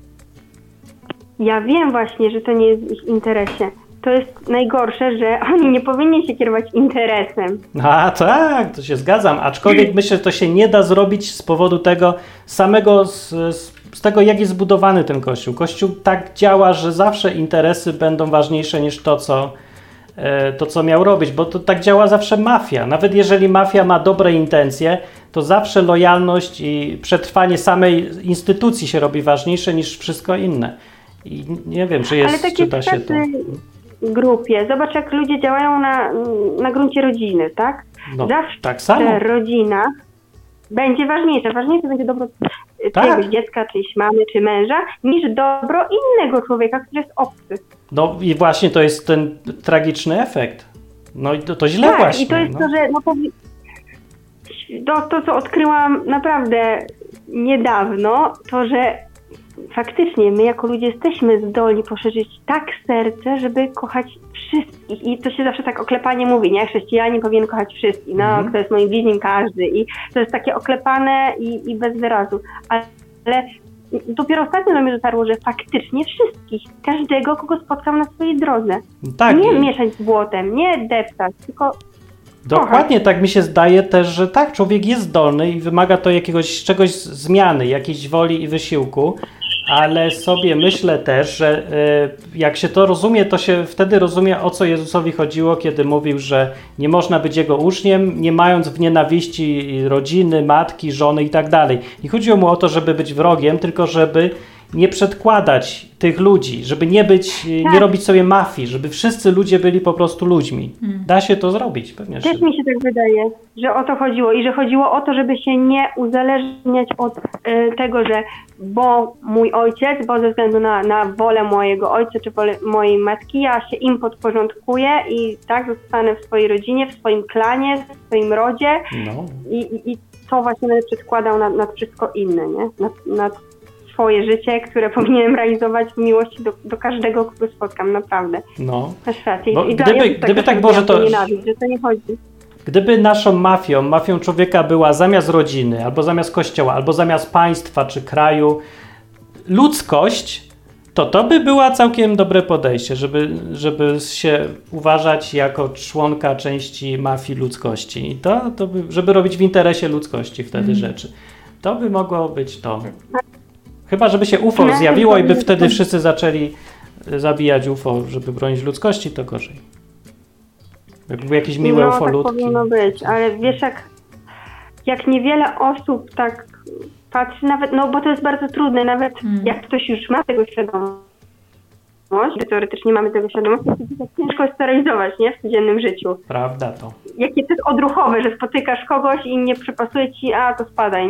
Ja wiem właśnie, że to nie jest w ich interesie. To jest najgorsze, że oni nie powinni się kierować interesem. A tak, to się zgadzam, aczkolwiek myślę, że to się nie da zrobić z powodu tego samego, z, z, z tego jak jest zbudowany ten Kościół. Kościół tak działa, że zawsze interesy będą ważniejsze niż to, co, e, to, co miał robić, bo to tak działa zawsze mafia. Nawet jeżeli mafia ma dobre intencje, to zawsze lojalność i przetrwanie samej instytucji się robi ważniejsze niż wszystko inne. I nie wiem, czy, Ale jest, takie czy da się to... w grupie. Zobacz, jak ludzie działają na, na gruncie rodziny, tak? No, Zawsze tak samo. rodzina będzie ważniejsza. Ważniejsze będzie dobro Tak. czyjegoś dziecka, czyjejś mamy, czy męża, niż dobro innego człowieka, który jest obcy. No i właśnie to jest ten tragiczny efekt. No i to, to źle tak, właśnie. i to jest no. to, że no, powi- to, to, co odkryłam naprawdę niedawno, to, że faktycznie my jako ludzie jesteśmy zdolni poszerzyć tak serce, żeby kochać wszystkich. I to się zawsze tak oklepanie mówi, nie? Chrześcijanin powinien kochać wszystkich. No, Mhm. kto jest moim bliźnim, każdy. I to jest takie oklepane i, i bez wyrazu. Ale dopiero ostatnio do mnie dotarło, że faktycznie wszystkich. Każdego, kogo spotkam na swojej drodze. Tak, Nie i- mieszać z błotem, nie deptać, tylko Dokładnie tak mi się zdaje też, że tak, człowiek jest zdolny i wymaga to jakiegoś czegoś z- zmiany, jakiejś woli i wysiłku, ale sobie myślę też, że y, jak się to rozumie, to się wtedy rozumie, o co Jezusowi chodziło, kiedy mówił, że nie można być Jego uczniem, nie mając w nienawiści rodziny, matki, żony i tak dalej. Nie chodziło mu o to, żeby być wrogiem, tylko żeby nie przedkładać tych ludzi, żeby nie być, y, nie Tak. robić sobie mafii, żeby wszyscy ludzie byli po prostu ludźmi. Hmm. Da się to zrobić, pewnie. że- też mi się tak wydaje, że o to chodziło i że chodziło o to, żeby się nie uzależniać od y, tego, że bo mój ojciec, bo ze względu na, na wolę mojego ojca czy wolę mojej matki, ja się im podporządkuję i tak zostanę w swojej rodzinie, w swoim klanie, w swoim rodzie No. i, i, i to właśnie będę przedkładał nad, nad wszystko inne, nie? Nad, nad swoje życie, które powinienem realizować w miłości do, do każdego, kogo spotkam, naprawdę. No. Masz rację. Bo I gdyby- ja też gdyby tak tak było, że to- nienawiść, że to nie chodzi. Gdyby naszą mafią, mafią człowieka była zamiast rodziny, albo zamiast kościoła, albo zamiast państwa czy kraju ludzkość, to to by była całkiem dobre podejście, żeby, żeby się uważać jako członka części mafii ludzkości. I to, to by, żeby robić w interesie ludzkości wtedy Mhm. rzeczy. To by mogło być to. Chyba, żeby się U F O No, zjawiło i by to- wtedy wszyscy zaczęli zabijać U F O, żeby bronić ludzkości, to gorzej. Jakby były jakieś miłe no, U F O tak ludki. powinno być, ale wiesz, jak, jak niewiele osób tak patrzy, nawet, no bo to jest bardzo trudne, nawet Hmm. jak ktoś już ma tego świadomość, teoretycznie mamy tego świadomość, to tak ciężko jest to realizować, nie? W codziennym życiu. Prawda to. Jakie to jest odruchowe, że spotykasz kogoś i nie przypasuje ci, a to spadaj,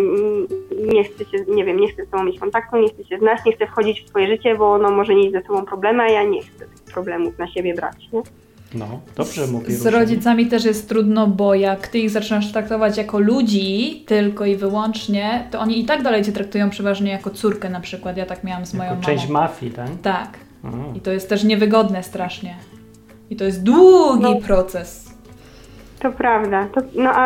nie chcę się, nie wiem, nie chcę z tobą mieć kontaktu, nie chcę się znać, nie chcę wchodzić w twoje życie, bo ono może nieść ze sobą problemy, a ja nie chcę tych problemów na siebie brać, nie? No, dobrze mówię. Z rodzicami też jest trudno, bo jak ty ich zaczynasz traktować jako ludzi tylko i wyłącznie, to oni i tak dalej cię traktują przeważnie jako córkę na przykład. Ja tak miałam z moją jako mamą. część mafii, tak? Tak. Mm. I to jest też niewygodne strasznie. I to jest długi no, proces. To prawda. To, no a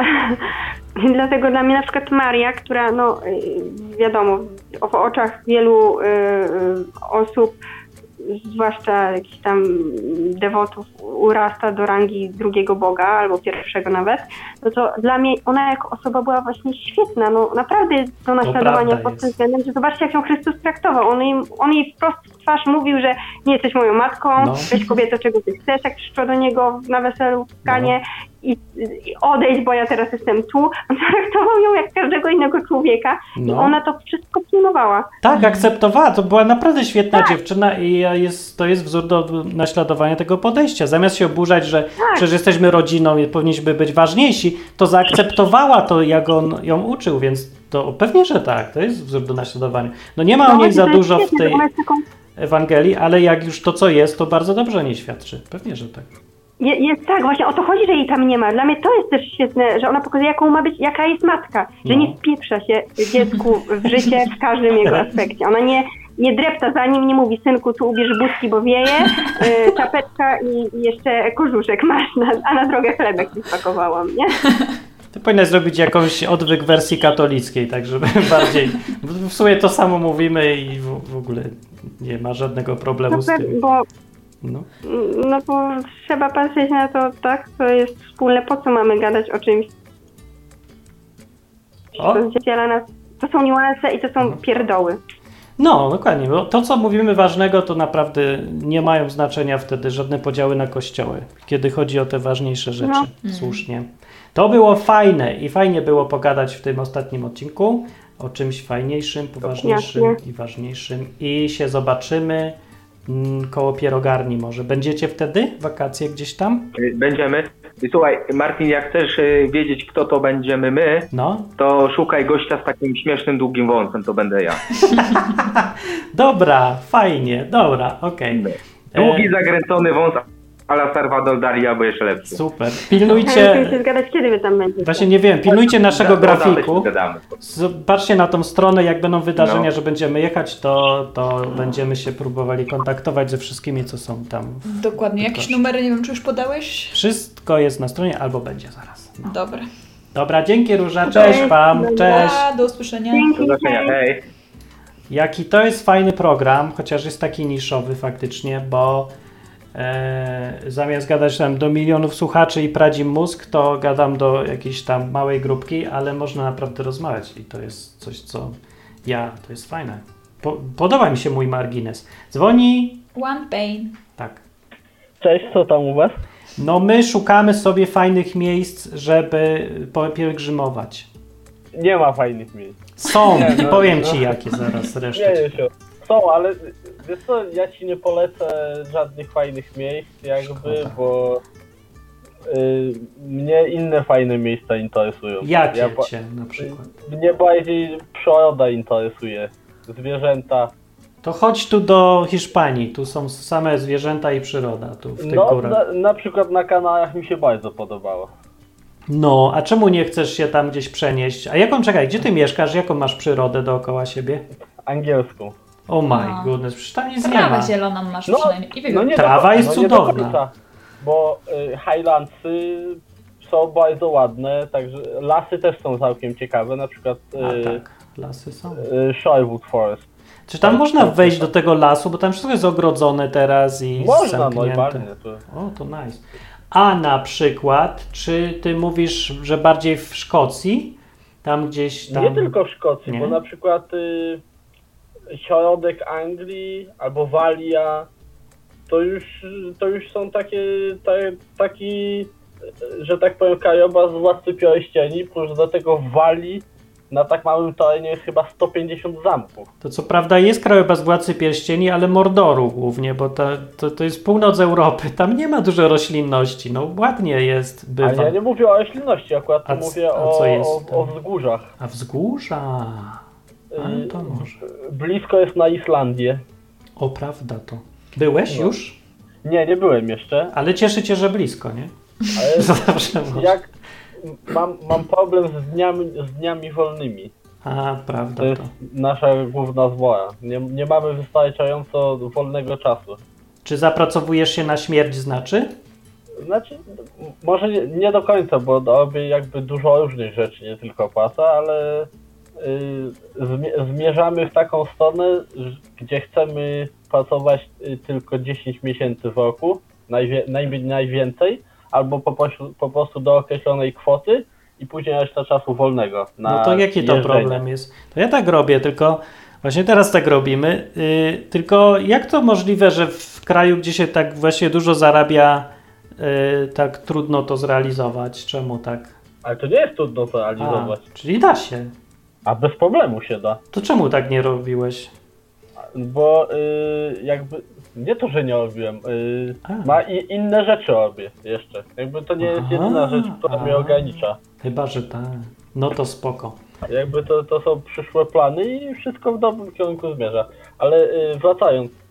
dlatego dla mnie na przykład Maria, która no wiadomo, w oczach wielu y, y, osób, zwłaszcza jakichś tam dewotów, urasta do rangi drugiego Boga, albo pierwszego nawet, no to dla mnie ona jako osoba była właśnie świetna, no naprawdę jest do naśladowania pod tym względem, że zobaczcie, jak ją Chrystus traktował. On jej, on jej wprost w twarz mówił, że nie jesteś moją matką, no. Weź kobieto, czego ty chcesz, jak przyszła do niego na weselu w Kanie, no. i, i odejdź, bo ja teraz jestem tu. On traktował ją jak każdego innego człowieka, no. I ona to wszystko przyjmowała. Tak, akceptowała, to była naprawdę świetna tak. dziewczyna i jest, to jest wzór do naśladowania tego podejścia. Zamiast się oburzać, że tak. przecież jesteśmy rodziną i powinniśmy być ważniejsi, to zaakceptowała to, jak on ją uczył, więc to pewnie, że tak, to jest wzór do naśladowania. No nie ma no, o niej za dużo świetne, w tej taką... Ewangelii, ale jak już to, co jest, to bardzo dobrze o niej świadczy. Pewnie, że tak. Je, jest tak, właśnie o to chodzi, że jej tam nie ma. Dla mnie to jest też świetne, że ona pokazuje, jaką ma być, jaka jest matka, że no. nie wpieprza się dziecku w życie w każdym jego aspekcie. Ona nie, nie drepta za nim, nie mówi, synku, tu ubierz butki, bo wieje, yy, czapeczka i, i jeszcze kożuszek masz, na, a na drogę chlebek ci spakowałam, nie? Ty powinnaś zrobić jakąś odwyk wersji katolickiej, tak żeby bardziej... W sumie to samo mówimy i w, w ogóle nie ma żadnego problemu no, z tym. Bo, no. no bo trzeba patrzeć na to, tak, to jest wspólne, po co mamy gadać o czymś, o? To zdziela nas, to są niuanse i to są no. pierdoły. No, dokładnie, bo to, co mówimy ważnego, to naprawdę nie mają znaczenia wtedy żadne podziały na kościoły, kiedy chodzi o te ważniejsze rzeczy, no. słusznie. To było fajne i fajnie było pogadać w tym ostatnim odcinku o czymś fajniejszym, poważniejszym Jasne. i ważniejszym i się zobaczymy mm, koło pierogarni może. Będziecie wtedy? Wakacje gdzieś tam? Będziemy. Słuchaj, Martin, jak chcesz wiedzieć, kto to będziemy my, no? to szukaj gościa z takim śmiesznym, długim wąsem, to będę ja. Dobra, fajnie, dobra, okej. Okay. Długi, zakręcony wąs a la Salvador Dali, albo jeszcze lepszy. Super. Pilnujcie... Musimy się zgadać, kiedy wy tam będziecie. Właśnie nie wiem, pilnujcie naszego da, grafiku. Zobaczcie na tą stronę, jak będą wydarzenia, no. że będziemy jechać, to, to będziemy się próbowali kontaktować ze wszystkimi, co są tam. Dokładnie. Jakieś numery, nie wiem, czy już podałeś? Wszystko jest na stronie, albo będzie zaraz. No. Dobra. Dobra, dzięki Róża, cześć wam, cześć. Do usłyszenia. Do zobaczenia, hej. Jaki to jest fajny program, chociaż jest taki niszowy faktycznie, bo e, zamiast gadać tam do milionów słuchaczy i prać im mózg, to gadam do jakiejś tam małej grupki, ale można naprawdę rozmawiać i to jest coś, co ja, to jest fajne. Po, podoba mi się mój margines. Dzwoni... One Pain. Tak. Cześć, co tam u was? No my szukamy sobie fajnych miejsc, żeby popielgrzymować. Nie ma fajnych miejsc. Są, nie, no, powiem no. ci jakie zaraz resztę. Nie, nie, są, ale wiesz co, ja ci nie polecę żadnych fajnych miejsc jakby, Szkoda. bo y, mnie inne fajne miejsca interesują. Jakie ja, cię na przykład? Mnie bardziej przyroda interesuje, zwierzęta. To chodź tu do Hiszpanii, tu są same zwierzęta i przyroda tu w tych no, górach. Na, na przykład na Kanarach mi się bardzo podobało. No, a czemu nie chcesz się tam gdzieś przenieść? A jaką, czekaj, gdzie ty mieszkasz? Jaką masz przyrodę dookoła siebie? Angielską. Oh my no. goodness, przecież tam nic nie ma. Trawę zieloną masz no, przynajmniej. I no nie Trawa do, jest no cudowna. Nie do końca, bo y, Highlandsy są bardzo ładne, także lasy też są całkiem ciekawe, na przykład y, a, tak. lasy są. Y, Sherwood Forest. Czy tam można wejść do tego lasu, bo tam wszystko jest ogrodzone teraz i można, zamknięte. Można, to... O, to nice. A na przykład, czy ty mówisz, że bardziej w Szkocji? Tam gdzieś tam... Nie tylko w Szkocji, Nie? bo na przykład y, środek Anglii albo Walia, to już, to już są takie, ta, taki, że tak powiem, krajobraz władcy pierścieni, plus do tego w Walii na tak małym terenie jest chyba sto pięćdziesiąt zamków. To co prawda jest krajobraz Władcy Pierścieni, ale Mordoru głównie, bo to, to, to jest północ Europy. Tam nie ma dużo roślinności. No ładnie jest, bywa. Ale ja nie mówię o roślinności, akurat A tu c- mówię a o, co jest o, tam? o wzgórzach. A wzgórza? A Y, to może. Blisko jest na Islandię. O, prawda to. Byłeś No. już? Nie, nie byłem jeszcze. Ale cieszy cię, że blisko, nie? Ale Zawsze może. jak mam, mam problem z dniami, z dniami wolnymi. A, prawda To jest to. nasza główna zbora. Nie, nie mamy wystarczająco wolnego czasu. Czy zapracowujesz się na śmierć znaczy? Znaczy, m- może nie, nie do końca, bo robię jakby dużo różnych rzeczy, nie tylko praca, ale y, zmie- zmierzamy w taką stronę, ż- gdzie chcemy pracować y, tylko dziesięć miesięcy w roku, najwie, naj, najwięcej, albo po prostu, po prostu do określonej kwoty i później reszta czasu wolnego. Na No to jaki to jeżdżenie. problem jest? To ja tak robię, tylko właśnie teraz tak robimy. Yy, tylko jak to możliwe, że w kraju, gdzie się tak właśnie dużo zarabia, yy, tak trudno to zrealizować? Czemu tak? Ale to nie jest trudno to A, realizować. czyli da się. A bez problemu się da. To czemu tak nie robiłeś? Bo y, jakby nie to, że nie robiłem, y, A. ma i inne rzeczy robię jeszcze. Jakby to nie jest Aha, jedyna rzecz, która mnie a. ogranicza. Chyba, że tak. No to spoko. Jakby to, to są przyszłe plany i wszystko w dobrym kierunku zmierza. Ale y, wracając, y,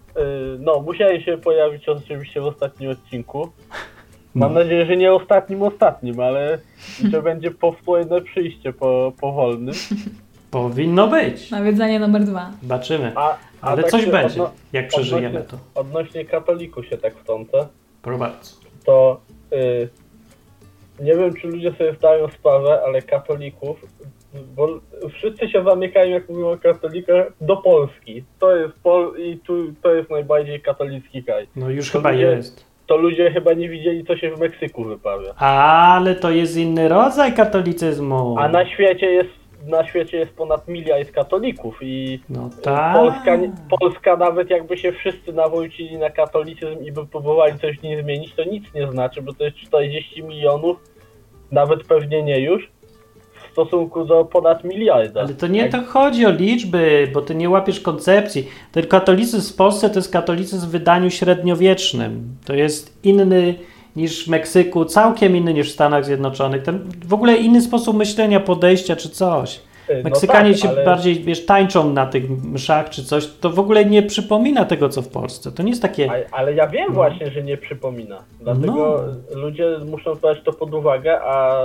no musiałem się pojawić oczywiście w ostatnim odcinku. Mam No. nadzieję, że nie ostatnim ostatnim, ale że będzie powtórne przyjście po, powolnym. Powinno być. Nawiedzenie numer dwa. Zobaczymy. A, a Ale tak coś się będzie, odno- jak przeżyjemy odnośnie, to. Odnośnie katolików się tak wtrącę. Proszę bardzo. To y, nie wiem, czy ludzie sobie zdają sprawę, ale katolików, bo wszyscy się zamykają, jak mówią o katolikach, do Polski. To jest Pol i tu to jest najbardziej katolicki kraj. No już To chyba ludzie- jest. To ludzie chyba nie widzieli, co się w Meksyku wyprawia. Ale to jest inny rodzaj katolicyzmu. A na świecie jest na świecie jest ponad miliard katolików i No y, tak. Polska, nie- Polska nawet jakby się wszyscy nawrócili na katolicyzm i by próbowali coś w nim zmienić, to nic nie znaczy, bo to jest czterdzieści milionów, nawet pewnie nie już, w stosunku do ponad miliarda. Ale to nie Jak- to chodzi o liczby, bo ty nie łapiesz koncepcji. Ten katolicyzm w Polsce to jest katolicyzm w wydaniu średniowiecznym. To jest inny niż w Meksyku, całkiem inny niż w Stanach Zjednoczonych. Ten w ogóle inny sposób myślenia, podejścia czy coś. Y, no Meksykanie tak, się ale- bardziej, wiesz, tańczą na tych mszach czy coś. To w ogóle nie przypomina tego, co w Polsce. To nie jest takie... A, ale ja wiem No. właśnie, że nie przypomina. Dlatego ludzie muszą brać to pod uwagę, a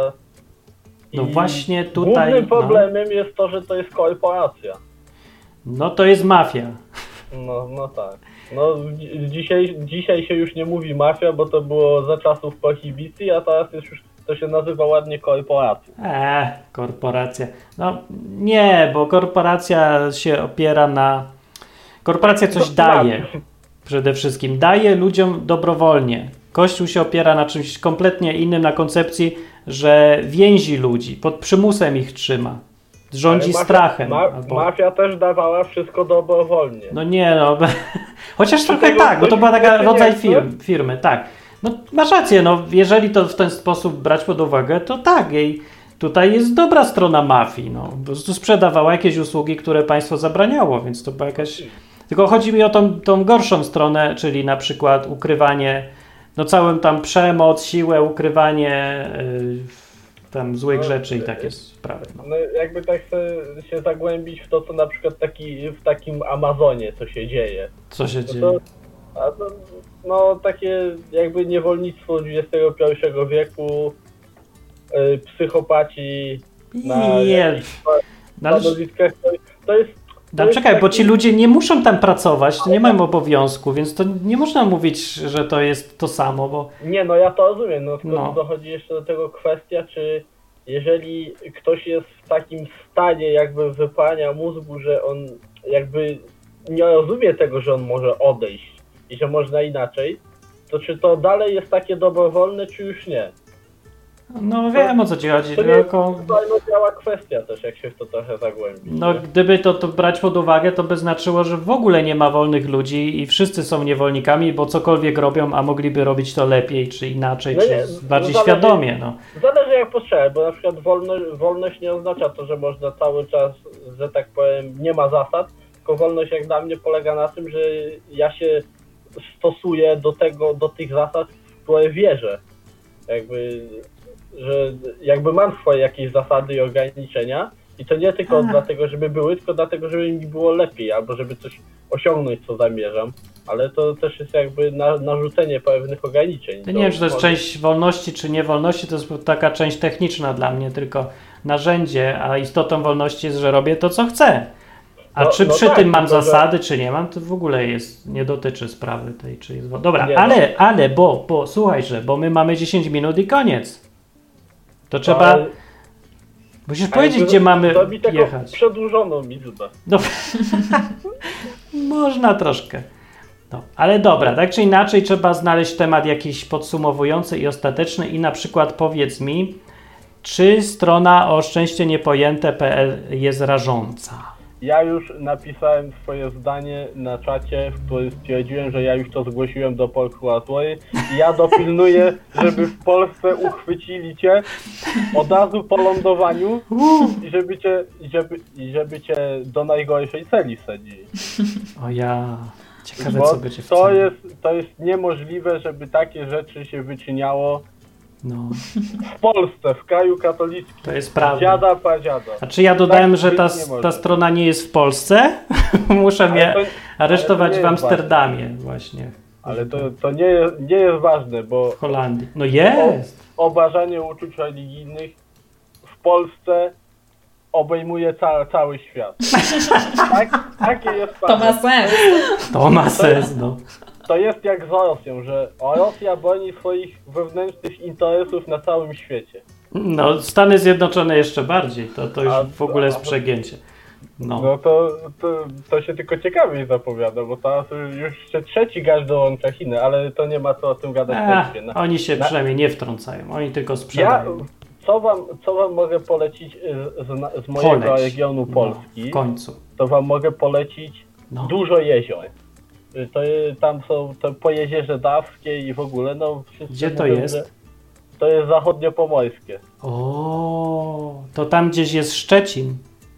No i właśnie tutaj... głównym no, problemem jest to, że to jest korporacja. no to jest mafia. No, no tak. No dzi- dzisiaj, dzisiaj się już nie mówi mafia, bo to było za czasów prohibicji, a teraz jest już to się nazywa ładnie korporacja. Eee, korporacja. No nie, bo korporacja się opiera na... Korporacja coś To- daje. Przede wszystkim. Daje ludziom dobrowolnie. Kościół się opiera na czymś kompletnie innym, na koncepcji, że więzi ludzi, pod przymusem ich trzyma. Rządzi Ale mafia- strachem. Ma, albo... Mafia też dawała wszystko dobrowolnie. No nie no, chociaż trochę tego tak, bo to ktoś była taka nie rodzaj chce? firm, firmy, tak. No masz rację, no jeżeli to w ten sposób brać pod uwagę, to tak, jej tutaj jest dobra strona mafii, no. Po prostu sprzedawała jakieś usługi, które państwo zabraniało, więc to była jakaś... Tylko chodzi mi o tą, tą gorszą stronę, czyli na przykład ukrywanie, no całym tam przemoc, siłę, ukrywanie yy, tam złych No, rzeczy i y, takie sprawy. No. No jakby tak chcę się zagłębić w to, co na przykład taki, w takim Amazonie, co się dzieje. Co się No dzieje? to, a to, no takie jakby niewolnictwo dwudziestego pierwszego wieku, y, psychopaci na Nie. jakichś No, ale... stanowiskach, to, to jest... No, to jest czekaj, bo taki- ci ludzie nie muszą tam pracować, to nie mają obowiązku, więc to nie można mówić, że to jest to samo, bo Nie, no ja to rozumiem, no tylko No. tu dochodzi jeszcze do tego kwestia, czy jeżeli ktoś jest w takim stanie jakby wypalania mózgu, że on jakby nie rozumie tego, że on może odejść i że można inaczej, to czy to dalej jest takie dobrowolne, czy już nie? no wiem o co ci chodzi, To nie jest tylko działa kwestia też, jak się w to trochę zagłębić. no nie? gdyby to, to brać pod uwagę, to by znaczyło, że w ogóle nie ma wolnych ludzi i wszyscy są niewolnikami, bo cokolwiek robią, a mogliby robić to lepiej, czy inaczej, No czy nie, bardziej no zależy- świadomie, no. Zależy zależy jak postrzelać, bo na przykład wolność, wolność nie oznacza to, że można cały czas, że tak powiem, nie ma zasad, tylko wolność jak dla mnie polega na tym, że ja się stosuję do tego, do tych zasad, w które wierzę. Jakby, że jakby mam swoje jakieś zasady i ograniczenia i to nie tylko dlatego, żeby były, tylko dlatego, żeby mi było lepiej, albo żeby coś osiągnąć, co zamierzam, ale to też jest jakby na, narzucenie pewnych ograniczeń. Ja nie wiem, czy to jest część wolności, czy niewolności, to jest taka część techniczna dla mnie, tylko narzędzie, a istotą wolności jest, że robię to, co chcę. A no, czy no przy tak, tym mam tylko, zasady, że... czy nie mam, to w ogóle jest, nie dotyczy sprawy tej, czy jest wolność. Dobra, nie, ale, no. ale, bo, bo, słuchajże, bo my mamy dziesięć minut i koniec. To trzeba... Ale... Musisz powiedzieć, gdzie mamy jechać. Przedłużoną izbę. No, można troszkę. No, ale dobra, tak czy inaczej trzeba znaleźć temat jakiś podsumowujący i ostateczny i na przykład powiedz mi, czy strona o szczęście niepojęte kropka pe el jest rażąca? Ja już napisałem swoje zdanie na czacie, w którym stwierdziłem, że ja już to zgłosiłem do prokuratury i ja dopilnuję, żeby w Polsce uchwycili cię od razu po lądowaniu i żeby cię, żeby, żeby cię do najgorszej celi wsadzili. O ja... Ciekawe, Bo co będzie w to celi. jest, to jest niemożliwe, żeby takie rzeczy się wyczyniało no. w Polsce, w kraju katolickim. To jest prawda. Dziada, pradziada. A czy ja dodałem, tak że ta, ta strona nie jest w Polsce? Muszę ale mnie to, aresztować w w Amsterdamie właśnie. Ale to, to nie, jest, nie jest ważne, bo... W Holandii. No jest! O, obrażanie uczuć religijnych w Polsce obejmuje ca, cały świat. Tak, takie jest To ma sens. To ma sens, no. To jest jak z Rosją, że Rosja broni swoich wewnętrznych interesów na całym świecie. No, Stany Zjednoczone jeszcze bardziej, to, to już A, w ogóle jest a, przegięcie. No, no to, to, to się tylko ciekawiej zapowiada, bo teraz już się trzeci gaś dołącza Chiny, ale to nie ma co o tym gadać. Ech, na, oni się na, przynajmniej nie wtrącają, oni tylko ja, sprzedają. co, wam, co wam mogę polecić z, z, z mojego Poleć. regionu Polski? No, w końcu. To wam mogę polecić No. dużo jezior. To, tam są to po Jeziorze Dawskiej i w ogóle, no... Gdzie to mówią, jest? że To jest zachodniopomorskie. O, to tam gdzieś jest Szczecin.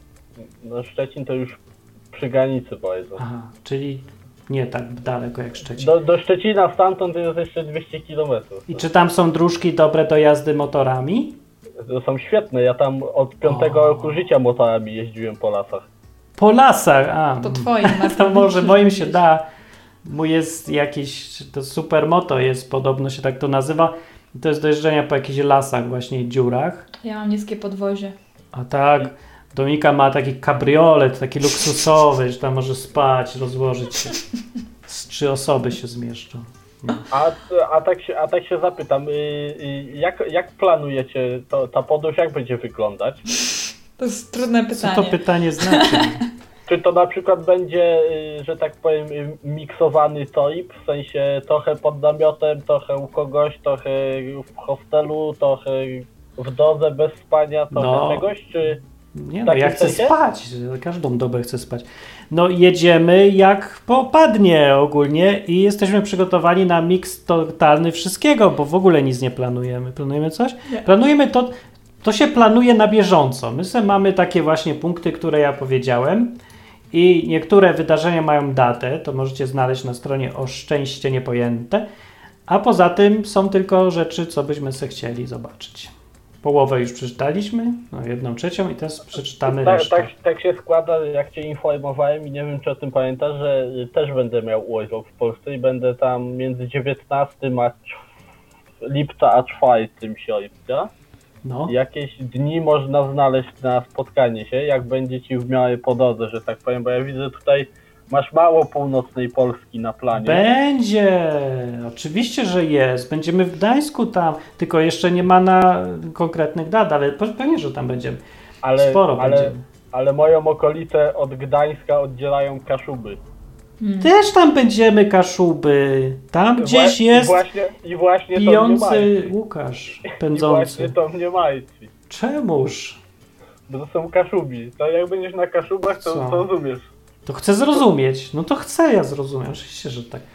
No Szczecin to już przy granicy powiedzmy. Aha, czyli nie tak daleko jak Szczecin. Do, do Szczecina stamtąd jest jeszcze dwieście kilometrów. I czy tam są dróżki dobre do jazdy motorami? To są świetne, ja tam od piątego O. roku życia motorami jeździłem po lasach. Po lasach, a. To twoim. To może moim się da. Mój jest jakiś, to supermoto jest, podobno się tak to nazywa. I to jest do jeżdżenia po jakichś lasach, właśnie dziurach. Ja mam niskie podwozie. A tak, Dominika ma taki kabriolet, taki luksusowy, że tam może spać, rozłożyć się. Z trzy osoby się zmieszczą. No. A, a, tak się, a tak się zapytam, jak, jak planujecie, to, ta podróż jak będzie wyglądać? To jest trudne pytanie. Co to pytanie znaczy? Czy to na przykład będzie, że tak powiem, miksowany trip, w sensie trochę pod namiotem, trochę u kogoś, trochę w hostelu, trochę w drodze bez spania, trochę No. czegoś, czy... Nie no, ja chcę sensie? spać, każdą dobę chcę spać. No jedziemy jak popadnie ogólnie i jesteśmy przygotowani na miks totalny wszystkiego, bo w ogóle nic nie planujemy. Planujemy coś? Nie. Planujemy to, to się planuje na bieżąco. My sobie mamy takie właśnie punkty, które ja powiedziałem i niektóre wydarzenia mają datę, to możecie znaleźć na stronie o szczęście niepojęte, a poza tym są tylko rzeczy, co byśmy sobie chcieli zobaczyć. Połowę już przeczytaliśmy, no jedną trzecią i teraz przeczytamy Tak, resztę. tak, tak się składa, jak cię informowałem i nie wiem, czy o tym pamiętasz, że też będę miał urlop w Polsce i będę tam między dziewiętnastego a lipca a czwartego sierpnia. No. Jakieś dni można znaleźć na spotkanie się, jak będzie ci w miarę po drodze, że tak powiem, bo ja widzę tutaj masz mało północnej Polski na planie. Będzie, oczywiście, że jest. Będziemy w Gdańsku tam, tylko jeszcze nie ma na konkretnych dat, ale pewnie, że tam będziemy. ale, Sporo ale, będziemy. ale moją okolicę od Gdańska oddzielają Kaszuby. Hmm. Też tam będziemy, Kaszuby. Tam gdzieś Wła- jest I właśnie, i właśnie to mnie pijący martwi. Łukasz, I pędzący. właśnie to mnie martwi. Czemuż? Bo to są Kaszubi. To jak będziesz na Kaszubach, to, Co? to rozumiesz. To chcę zrozumieć. No to chcę ja zrozumieć. Oczywiście, że tak.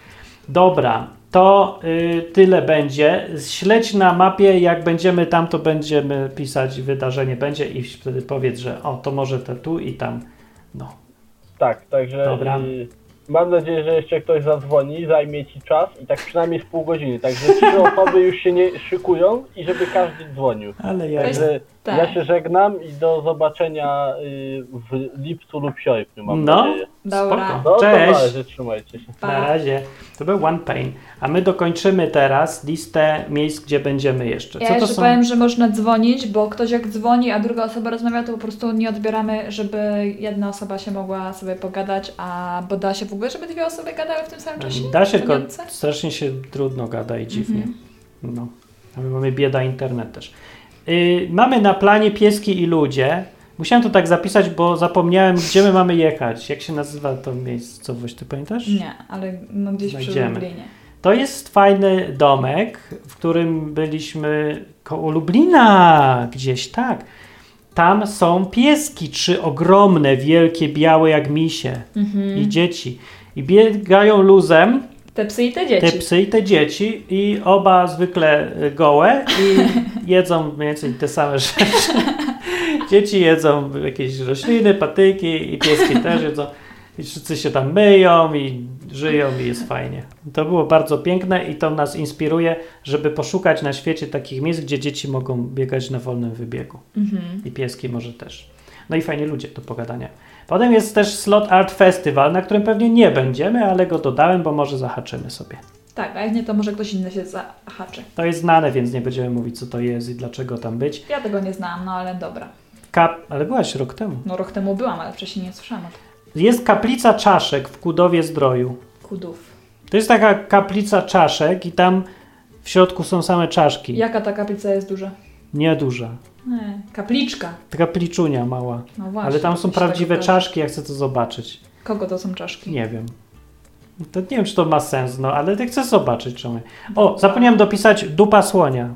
Dobra, to y, tyle będzie. Śledź na mapie, jak będziemy tam, to będziemy pisać wydarzenie będzie i wtedy powiedz, że o, to może te tu i tam. No. Tak, także Dobra. y, mam nadzieję, że jeszcze ktoś zadzwoni, zajmie ci czas i tak przynajmniej z pół godziny. Także trzy osoby już się nie szykują i żeby każdy dzwonił. Ale ja... Także Tak. ja się żegnam i do zobaczenia y, w lipcu lub sierpniu, mam No. nadzieję. Dobra. Spoko. No to Cześć. na razie, trzymajcie się. Na razie. To był One Pain. A my dokończymy teraz listę miejsc, gdzie będziemy jeszcze. Co Ja to jeszcze są? powiem, że można dzwonić, bo ktoś jak dzwoni, a druga osoba rozmawia, to po prostu nie odbieramy, żeby jedna osoba się mogła sobie pogadać, a bo da się w ogóle, żeby dwie osoby gadały w tym samym czasie? Da się, W tylko Niemce? strasznie się trudno gada i dziwnie. Mhm. No. A my mamy bieda internet też. Yy, mamy na planie pieski i ludzie. Musiałem to tak zapisać, bo zapomniałem, gdzie my mamy jechać. Jak się nazywa to miejscowość, ty pamiętasz? Nie, ale no gdzieś przy Znajdziemy. Lublinie. To jest fajny domek, w którym byliśmy koło Lublina, gdzieś tak. Tam są pieski, trzy ogromne, wielkie, białe jak misie Mhm. i dzieci. I biegają luzem Te psy i te dzieci. te psy i te dzieci i oba zwykle y, gołe i jedzą mniej więcej te same rzeczy. Dzieci jedzą jakieś rośliny, patyki i pieski też jedzą. I wszyscy się tam myją i żyją i jest fajnie. To było bardzo piękne i to nas inspiruje, żeby poszukać na świecie takich miejsc, gdzie dzieci mogą biegać na wolnym wybiegu. Mhm. I pieski może też. No i fajni ludzie do pogadania. Potem jest też Slot Art Festival, na którym pewnie nie będziemy, ale go dodałem, bo może zahaczymy sobie. Tak, a jak nie, to może ktoś inny się zahaczy. To jest znane, więc nie będziemy mówić, co to jest i dlaczego tam być. Ja tego nie znałam, no ale dobra. Kap... Ale byłaś rok temu. No rok temu byłam, ale wcześniej nie słyszałam o tym. Jest kaplica czaszek w Kudowie Zdroju. Kudów. To jest taka kaplica czaszek i tam w środku są same czaszki. Jaka ta kaplica jest duża? Nieduża. Nie, kapliczka. Taka pliczunia mała. No właśnie. Ale tam są to się prawdziwe tak czaszki, ja chcę to zobaczyć. Kogo to są czaszki? Nie wiem. To nie wiem, czy to ma sens, no ale ty chcę zobaczyć. Czemu. O, zapomniałem dopisać dupa słonia.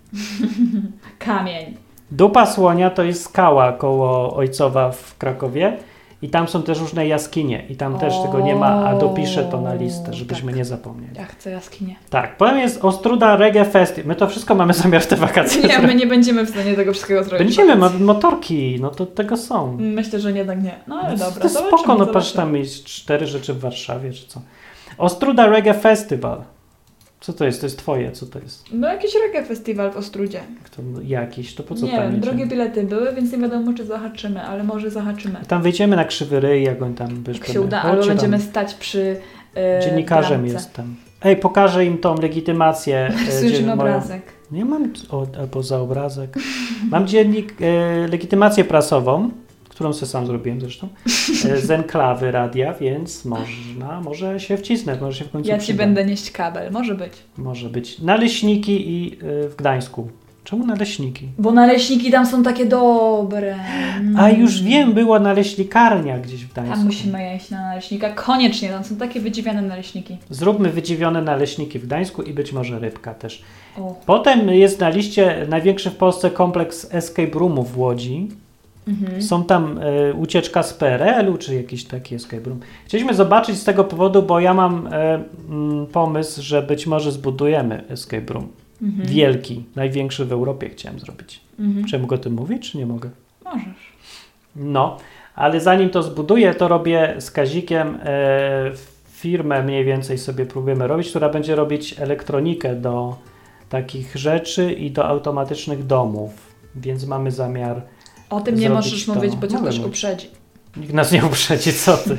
Kamień. Dupa słonia to jest skała koło Ojcowa w Krakowie i tam są też różne jaskinie i tam też tego nie ma, a dopiszę to na listę, żebyśmy nie zapomnieli. Ja chcę jaskinię. Tak, potem jest Ostruda Reggae Festival. My to wszystko mamy zamiar w te wakacje Nie, my zrobić. nie będziemy w stanie tego wszystkiego zrobić. Będziemy, ma motorki, no to tego są. Myślę, że jednak nie. No ale No, dobra, to jest zobaczymy, spoko, no patrz, zobaczymy. tam jest cztery rzeczy w Warszawie, czy co. Ostruda Reggae Festival. Co to jest? To jest twoje, co to jest? No jakiś reggae festiwal w Ostrudzie. Kto, jakiś, to po co Nie tam wiem, idziemy? drogie bilety były, więc nie wiadomo, czy zahaczymy, ale może zahaczymy. Tam wyjdziemy na Krzywy Ryj, jak on tam byś Jak się uda, albo będziemy stać przy e, Dziennikarzem bramce. jestem. Ej, pokażę im tą legitymację. e, Rysujesz gdzie im moją- obrazek. Nie mam, o, albo za obrazek. Mam dziennik, e, legitymację prasową, którą sobie sam zrobiłem zresztą, e, z enklawy radia, więc można, może się wcisnę, może się w końcu Ja ci przyda. będę nieść kabel, może być. Może być. Naleśniki i e, w Gdańsku. Czemu naleśniki? Bo naleśniki tam są takie dobre. Mm. A już wiem, była naleśnikarnia gdzieś w Gdańsku. Tam musimy jeść na naleśnika. Koniecznie, tam są takie wydziwiane naleśniki. Zróbmy wydziwione naleśniki w Gdańsku i być może rybka też. O. Potem jest na liście największy w Polsce kompleks escape roomów w Łodzi. Mhm. Są tam e, ucieczka z P R L-u, czy jakiś taki escape room. Chcieliśmy zobaczyć z tego powodu, bo ja mam e, mm, pomysł, że być może zbudujemy escape room. Mhm. Wielki, największy w Europie chciałem zrobić. Mhm. Czy mogę o tym mówić, czy nie mogę? Możesz. No, ale zanim to zbuduję, to robię z Kazikiem e, firmę mniej więcej sobie próbujemy robić, która będzie robić elektronikę do takich rzeczy i do automatycznych domów. Więc mamy zamiar O tym nie zrobić możesz to. mówić, bo cię Mogę ktoś mówić. uprzedzi. Nikt nas nie uprzedzi, co ty?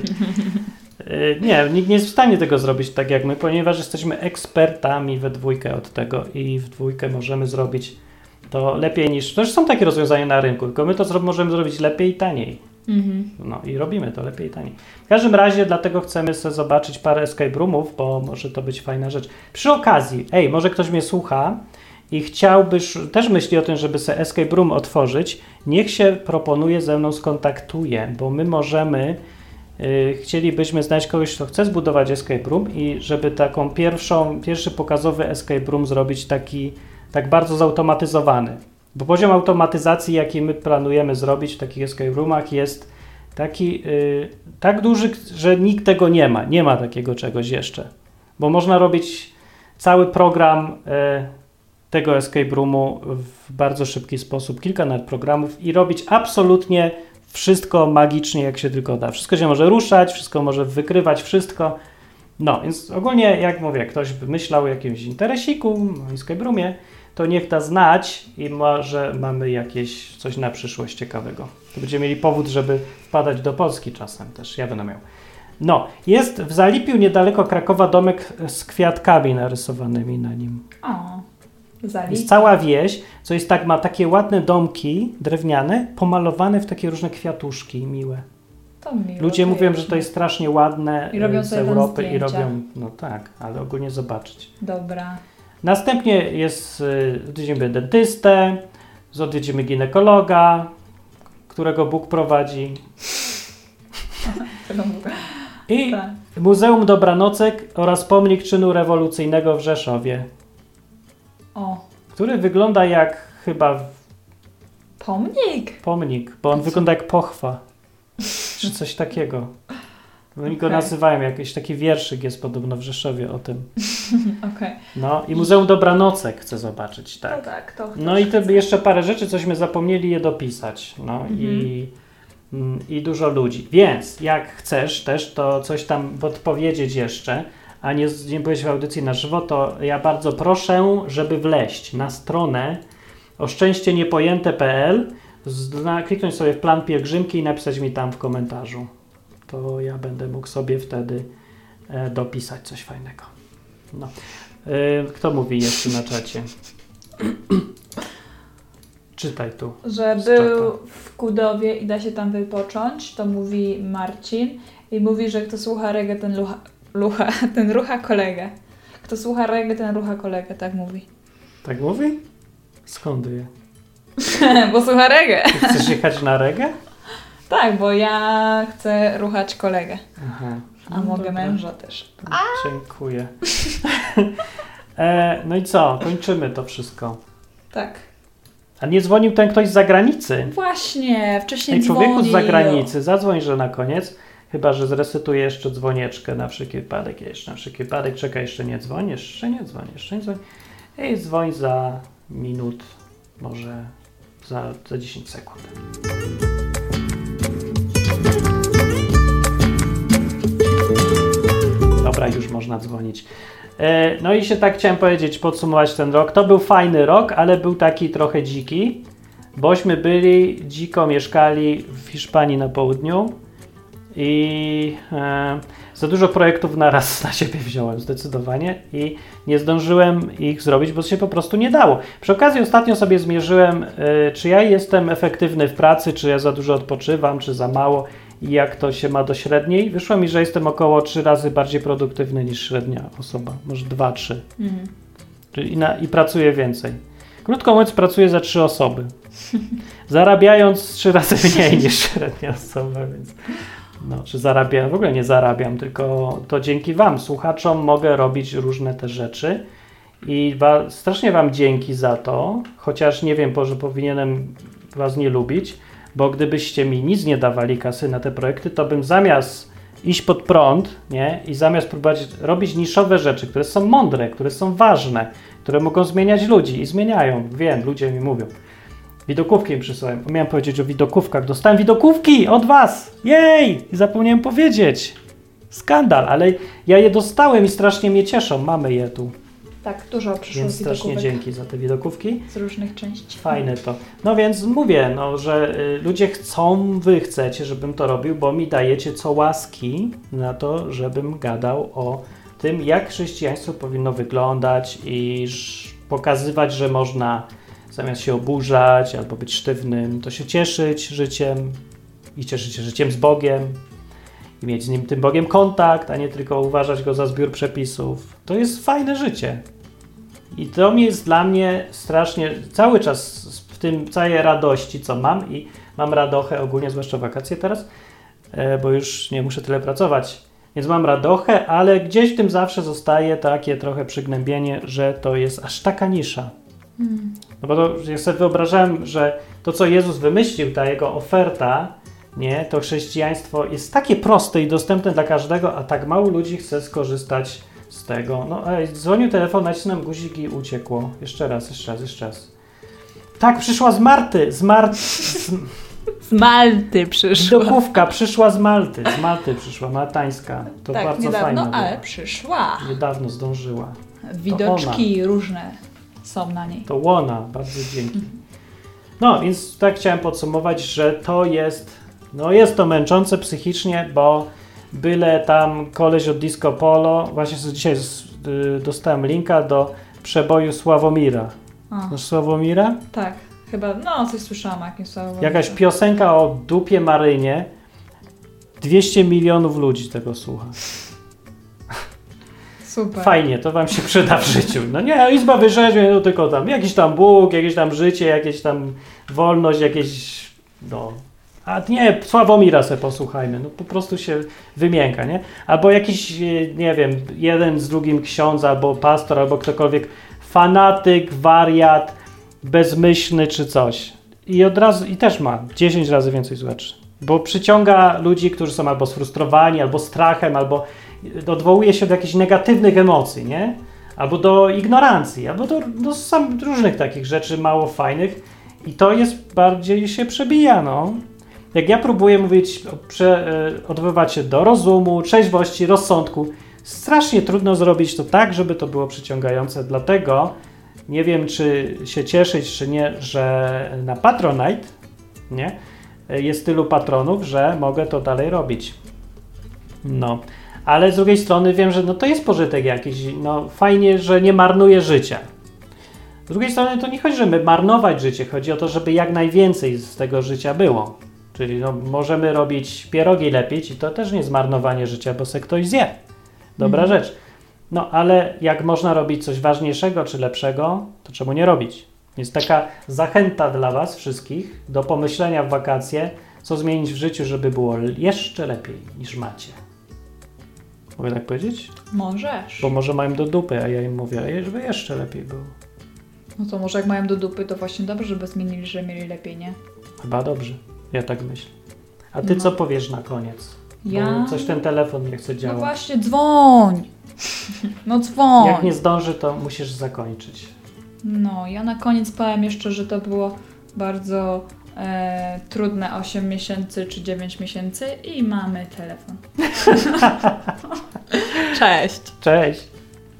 Y, nie, nikt nie jest w stanie tego zrobić tak jak my, ponieważ jesteśmy ekspertami we dwójkę od tego i w dwójkę możemy zrobić to lepiej niż... To już są takie rozwiązania na rynku, tylko my to zro- możemy zrobić lepiej i taniej. Mhm. No i robimy to lepiej i taniej. W każdym razie dlatego chcemy sobie zobaczyć parę escape roomów, bo może to być fajna rzecz. Przy okazji, ej, może ktoś mnie słucha i chciałby, też myśli o tym, żeby sobie escape room otworzyć, niech się proponuje ze mną skontaktuje, bo my możemy, yy, chcielibyśmy znaleźć kogoś, kto chce zbudować escape room i żeby taką pierwszą, pierwszy pokazowy escape room zrobić taki, tak bardzo zautomatyzowany. Bo poziom automatyzacji, jaki my planujemy zrobić w takich escape roomach jest taki yy, tak duży, że nikt tego nie ma. Nie ma takiego czegoś jeszcze. bo można robić cały program e, tego escape roomu w bardzo szybki sposób, kilka nawet programów i robić absolutnie wszystko magicznie, jak się tylko da. Wszystko się może ruszać, wszystko może wykrywać, wszystko. No, więc ogólnie, jak mówię, ktoś by myślał o jakimś interesiku, o escape roomie, to niech da znać i może mamy jakieś coś na przyszłość ciekawego. To będziemy mieli powód, żeby wpadać do Polski czasem też. Ja będę miał. No, jest w Zalipiu niedaleko Krakowa domek z kwiatkami narysowanymi na nim. O, Zalip. Jest cała wieś, co jest tak, ma takie ładne domki drewniane, pomalowane w takie różne kwiatuszki miłe. To miło. Ludzie to mówią, jest. że to jest strasznie ładne I robią z sobie tam Europy i zdjęcia. robią, no tak, ale ogólnie zobaczyć. Dobra. Następnie jest, y, odwiedzimy dentystę, odwiedzimy ginekologa, którego Bóg prowadzi. I Tak. Muzeum Dobranocek oraz pomnik czynu rewolucyjnego w Rzeszowie, O, który wygląda jak chyba pomnik. pomnik, bo on wygląda jak pochwa, czy coś takiego. Oni go Okej. nazywają, jakiś taki wierszyk jest podobno w Rzeszowie o tym. Okej. No i Muzeum Dobranocek chcę zobaczyć, Tak, tak. tak, to No i to jeszcze parę rzeczy, cośmy zapomnieli je dopisać. No Mhm. i, mm, i dużo ludzi. Więc jak chcesz też to coś tam podpowiedzieć jeszcze, a nie, nie byłeś w audycji na żywo, to ja bardzo proszę, żeby wleść na stronę oszczęścieniepojęte kropka p l, zna, kliknąć sobie w plan pielgrzymki i napisać mi tam w komentarzu. To ja będę mógł sobie wtedy e, dopisać coś fajnego. No. E, kto mówi jeszcze na czacie? Czytaj tu. Że z był czata. w Kudowie i da się tam wypocząć, to mówi Marcin. I mówi, że kto słucha reggae, ten, lucha, lucha, ten rucha kolegę. Kto słucha reggae, ten rucha kolegę, tak mówi. Tak mówi? Skąd wie? Bo słucha reggae. Ty chcesz jechać na reggae? Tak, bo ja chcę ruchać kolegę. Aha. A No mogę dobra. męża też. Dziękuję. e, no i co? Kończymy to wszystko. Tak. A nie dzwonił ten ktoś z zagranicy? Właśnie, wcześniej Ej, człowieku z dzwonił. zagranicy, zadzwoń, że na koniec. Chyba że zresetuję jeszcze dzwonieczkę na wszelki wypadek. Jeszcze na wszelki wypadek. Czekaj, jeszcze nie dzwoń, jeszcze nie dzwoń, jeszcze nie dzwoń. Ej, dzwoń za minut, może za, za dziesięć sekund. Dobra, już można dzwonić. E, no i się tak chciałem powiedzieć, podsumować ten rok. To był fajny rok, ale był taki trochę dziki, bośmy byli, dziko mieszkali w Hiszpanii na południu i e, za dużo projektów naraz na siebie wziąłem zdecydowanie i nie zdążyłem ich zrobić, bo się po prostu nie dało. Przy okazji ostatnio sobie zmierzyłem, e, czy ja jestem efektywny w pracy, czy ja za dużo odpoczywam, czy za mało i jak to się ma do średniej. Wyszło mi, że jestem około trzy razy bardziej produktywny niż średnia osoba, może dwa, trzy. Mhm. Czyli na, i pracuję więcej. Krótko mówiąc, pracuję za trzy osoby. Zarabiając trzy razy mniej niż średnia osoba, więc no, czy zarabiam? W ogóle nie zarabiam, tylko to dzięki wam, słuchaczom, mogę robić różne te rzeczy i wa, strasznie wam dzięki za to, chociaż nie wiem, że powinienem was nie lubić, bo gdybyście mi nic nie dawali kasy na te projekty, to bym zamiast iść pod prąd, nie, i zamiast próbować robić niszowe rzeczy, które są mądre, które są ważne, które mogą zmieniać ludzi i zmieniają, wiem, ludzie mi mówią. Widokówki mi przysłałem. Miałem powiedzieć o widokówkach. Dostałem widokówki od was! Jej! I zapomniałem powiedzieć. Skandal, ale ja je dostałem i strasznie mnie cieszą. Mamy je tu. Tak, dużo przyszło Więc z strasznie widokówek dzięki za te widokówki. z różnych części. Fajne to. No więc mówię, no, że y, ludzie chcą, wy chcecie, żebym to robił, bo mi dajecie co łaski na to, żebym gadał o tym, jak chrześcijaństwo powinno wyglądać i ż- pokazywać, że można zamiast się oburzać albo być sztywnym, to się cieszyć życiem i cieszyć się życiem z Bogiem i mieć z nim, tym Bogiem kontakt, a nie tylko uważać go za zbiór przepisów. To jest fajne życie. I to jest dla mnie strasznie, cały czas w tym całej radości, co mam i mam radochę ogólnie, zwłaszcza wakacje teraz, bo już nie muszę tyle pracować, więc mam radochę, ale gdzieś w tym zawsze zostaje takie trochę przygnębienie, że to jest aż taka nisza. Hmm. No bo to, ja sobie wyobrażałem, że to, co Jezus wymyślił, ta jego oferta, nie, to chrześcijaństwo jest takie proste i dostępne dla każdego, a tak mało ludzi chce skorzystać z tego. No ej, dzwonił telefon, nacisnąłem guzik i uciekło. Jeszcze raz, jeszcze raz, jeszcze raz. Tak, przyszła z Marty, z Marty. Z... Z Malty przyszła. Dokówka przyszła z Malty, z Malty przyszła, maltańska. To tak, bardzo niedawno, fajne ale było. przyszła. Niedawno zdążyła. Widoczki różne są na niej. To łona, bardzo dzięki. No, więc tak chciałem podsumować, że to jest, no jest to męczące psychicznie, bo byle tam koleś od Disco Polo, właśnie sobie dzisiaj z, y, dostałem linka do przeboju Sławomira. A. Znasz Sławomira? Tak, chyba, no coś słyszałam o jakimś Sławomirze. Jakaś piosenka o dupie Marynie. dwieście milionów ludzi tego słucha. Super. Fajnie, to wam się przyda w życiu. No nie, Izba Wyrzeźbień, no tylko tam jakiś tam Bóg, jakieś tam życie, jakieś tam wolność, jakieś, no... A nie, Sławomira sobie posłuchajmy, no po prostu się wymięka, nie? Albo jakiś, nie wiem, jeden z drugim ksiądz, albo pastor, albo ktokolwiek, fanatyk, wariat, bezmyślny czy coś. I od razu, i też ma dziesięć razy więcej słuchaczy. Bo przyciąga ludzi, którzy są albo sfrustrowani, albo strachem, albo odwołuje się do jakichś negatywnych emocji, nie? Albo do ignorancji, albo do, do sam, różnych takich rzeczy mało fajnych i to jest bardziej się przebija, no. Jak ja próbuję mówić, prze, odwoływać się do rozumu, trzeźwości, rozsądku, strasznie trudno zrobić to tak, żeby to było przyciągające, dlatego nie wiem, czy się cieszyć, czy nie, że na Patronite, nie? Jest tylu patronów, że mogę to dalej robić. No. Ale z drugiej strony wiem, że no to jest pożytek jakiś, no fajnie, że nie marnuje życia. Z drugiej strony to nie chodzi, żeby marnować życie, chodzi o to, żeby jak najwięcej z tego życia było. Czyli no, możemy robić pierogi lepić i to też nie jest marnowanie życia, bo se ktoś zje. Dobra mm. rzecz. No ale jak można robić coś ważniejszego czy lepszego, to czemu nie robić? Jest taka zachęta dla was wszystkich do pomyślenia w wakacje, co zmienić w życiu, żeby było jeszcze lepiej niż macie. Mogę tak powiedzieć? Możesz. Bo może mają do dupy, a ja im mówię, żeby jeszcze lepiej było. No to może jak mają do dupy, to właśnie dobrze, żeby zmienili, że mieli lepiej, nie? Chyba dobrze. Ja tak myślę. A ty no. co powiesz na koniec? Ja? Bo coś ten telefon nie chce działać. No właśnie, dzwoń! No dzwoń! Jak nie zdąży, to musisz zakończyć. No, ja na koniec powiem jeszcze, że to było bardzo e, trudne osiem miesięcy czy dziewięć miesięcy i mamy telefon. Cześć! Cześć!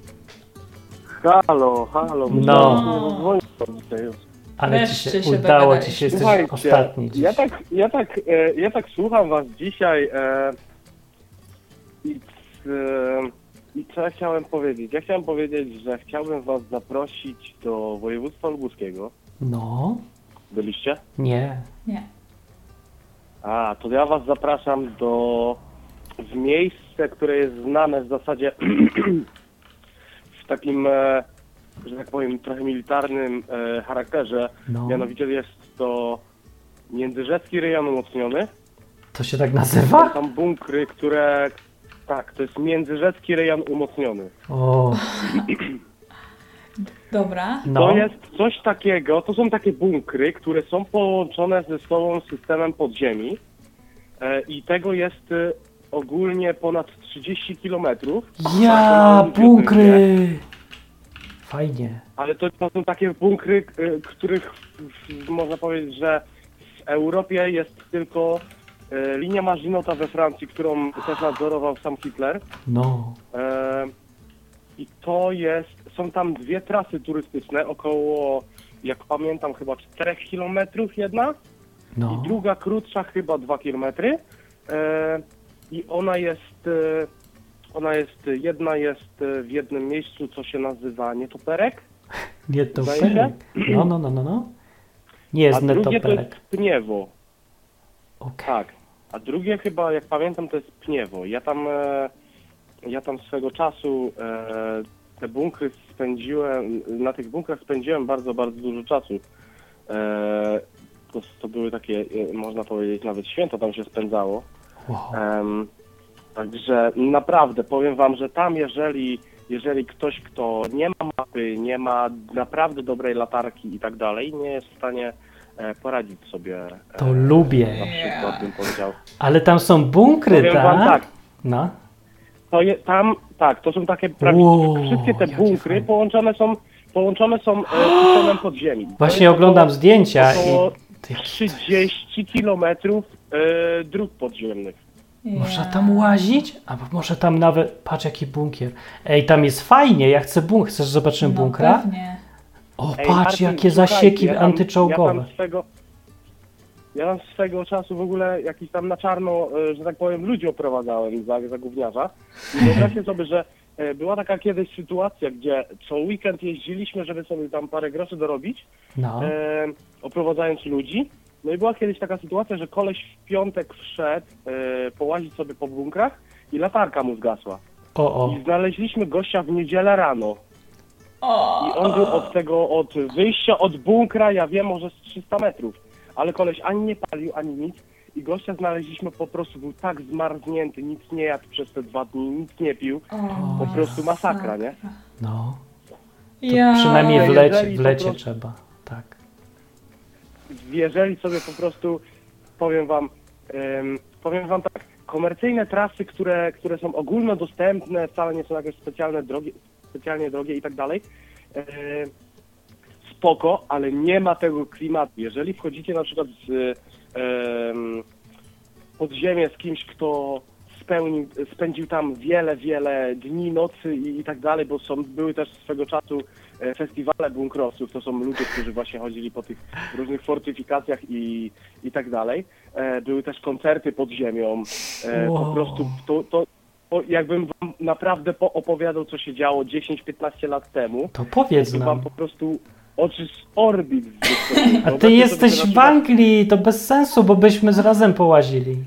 Halo, halo. No. Ale Wreszcie ci się, się udało, ci się jesteś Słuchajcie, ostatni dziś. Ja tak, ja tak, e, ja tak słucham was dzisiaj e, i, e, i co ja chciałem powiedzieć? Ja chciałem powiedzieć, że chciałbym was zaprosić do województwa lubuskiego. No. Byliście? Nie. Nie. A, to ja was zapraszam do w miejsce, które jest znane w zasadzie w takim, e, że tak powiem, trochę militarnym e, charakterze. No. Mianowicie jest to Międzyrzecki Rejon Umocniony. To się tak nazywa? Są tam bunkry, które... Tak, to jest Międzyrzecki Rejon Umocniony. O. Dobra. No. To jest coś takiego, to są takie bunkry, które są połączone ze sobą systemem podziemi e, i tego jest e, ogólnie ponad trzydzieści kilometrów. Ja, bunkry! Fajnie. Ale to, to są takie bunkry, e, których w, można powiedzieć, że w Europie jest tylko e, linia Maginota we Francji, którą też nadzorował sam Hitler. No. E, I to jest, są tam dwie trasy turystyczne, około, jak pamiętam, chyba czterech kilometrów jedna. No. I druga krótsza, chyba dwa kilometry. E, I ona jest, e, ona jest, jedna jest w jednym miejscu, co się nazywa Nietoperek. Nietoperek? No, no, no, no, no. Nie jest A drugie to Nietoperek. jest Pniewo. Okay. Tak. A drugie chyba, jak pamiętam, to jest Pniewo. Ja tam, e, ja tam swego czasu e, te bunkry spędziłem, na tych bunkrach spędziłem bardzo, bardzo dużo czasu. E, to, to były takie, e, można powiedzieć, nawet święto tam się spędzało. Wow. Um, także naprawdę powiem wam, że tam jeżeli, jeżeli ktoś, kto nie ma mapy, nie ma naprawdę dobrej latarki i tak dalej, nie jest w stanie e, poradzić sobie. To e, lubię. Na przykład bym powiedział. Ale tam są bunkry, powiem tak? wam tak. No. To je, tam, tak, to są takie prawie Wow, wszystkie te jakie bunkry fajne. połączone są, połączone są e, systemem podziemi. To Właśnie jest oglądam około- zdjęcia około i trzydzieści kilometrów e, dróg podziemnych. można tam łazić? A może tam nawet, patrz jaki bunkier. Ej, tam jest fajnie, ja chcę bunkr. Chcesz zobaczymy No bunkra? pewnie. O, Ej, patrz Marcin, jakie słuchajcie, zasieki ja tam- antyczołgowe. Ja tam, swego, ja tam swego czasu w ogóle jakiś tam na czarno, e, że tak powiem, ludzi oprowadzałem za, za gówniarza. I wyobraźcie sobie, że e, była taka kiedyś sytuacja, gdzie co weekend jeździliśmy, żeby sobie tam parę groszy dorobić, No. e, oprowadzając ludzi. No i była kiedyś taka sytuacja, że koleś w piątek wszedł e, połazić sobie po bunkrach i latarka mu zgasła. O, o. I znaleźliśmy gościa w niedzielę rano. O, I on był od tego, od wyjścia, od bunkra, ja wiem, może z trzysta metrów. Ale koleś ani nie palił, ani nic. I gościa znaleźliśmy, po prostu był tak zmarznięty, nic nie jadł przez te dwa dni, nic nie pił. o, Po prostu masakra, nie? No. To ja. przynajmniej w Ale lecie, jeżeli w po lecie prostu- trzeba. Tak. Jeżeli sobie po prostu, powiem wam, em, powiem wam tak, komercyjne trasy, które, które są ogólnodostępne, wcale nie są jakieś specjalne drogie, specjalnie drogie i tak dalej, e, spoko, ale nie ma tego klimatu. Jeżeli wchodzicie na przykład z em, podziemie z kimś, kto spełnił, spędził tam wiele, wiele dni, nocy i, i tak dalej, bo są, były też swego czasu e, festiwale bunkrowców, to są ludzie, którzy właśnie chodzili po tych różnych fortyfikacjach i, i tak dalej. E, były też koncerty pod ziemią, e, Wow. po prostu to, to, to jakbym wam naprawdę opowiadał, co się działo dziesięć piętnaście lat temu, To powiedz to nam. wam po prostu oczy z orbit wyskoczyły. A ty Wyobraźcie sobie, jesteś że na w przykład- Anglii, to bez sensu, bo byśmy z razem połazili.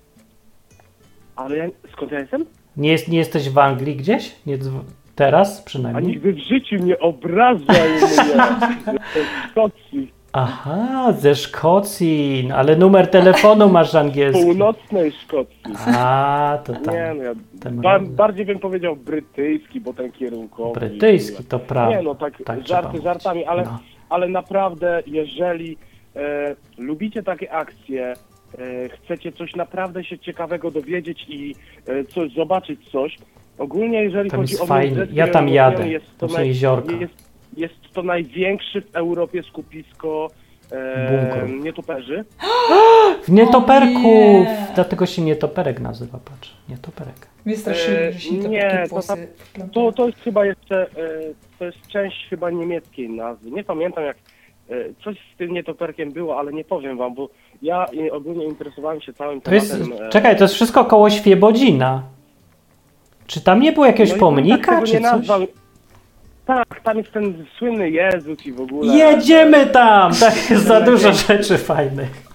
Ale ja, skąd ja jestem? Nie, jest, nie jesteś w Anglii gdzieś? Nie, dzw- teraz A przynajmniej? nigdy w życiu nie obrażaj mnie. Jestem z Szkocji, Aha, ze Szkocji, no, ale numer telefonu masz angielski. północnej Szkocji. A, to tam. Nie no, ja ten ba- roz- bardziej bym powiedział brytyjski, bo ten kierunkowy. Brytyjski, to prawda. Nie no, tak, Tak trzeba żarty mówić. żartami, ale, No. ale naprawdę, jeżeli e, lubicie takie akcje, e, chcecie coś naprawdę się ciekawego dowiedzieć i e, coś zobaczyć coś, ogólnie jeżeli Tam chodzi jest o fajnie. Międzyrzeckie Ja tam Europejne, jadę. jest To to, są naj, jeziorka. jest, jest to największe w Europie skupisko e, Bunkrów. nietoperzy. W nietoperków! nie. Dlatego się nietoperek nazywa, patrz. Nietoperek. Mnie straszyli, E, że się to nie, takie to włosy tam- wplątają. To, to jest chyba jeszcze, e, to jest część chyba niemieckiej nazwy. Nie pamiętam jak, e, coś z tym nietoperkiem było, ale nie powiem wam, bo ja e, ogólnie interesowałem się całym To jest, tematem. e, czekaj, to jest wszystko koło Świebodzina. Czy tam nie było jakiegoś no i bym pomnika, tak tego czy nie coś? nazwał. Tak, tam jest ten słynny Jezus i w ogóle. Jedziemy tam! Tak jest za dużo rzeczy fajnych.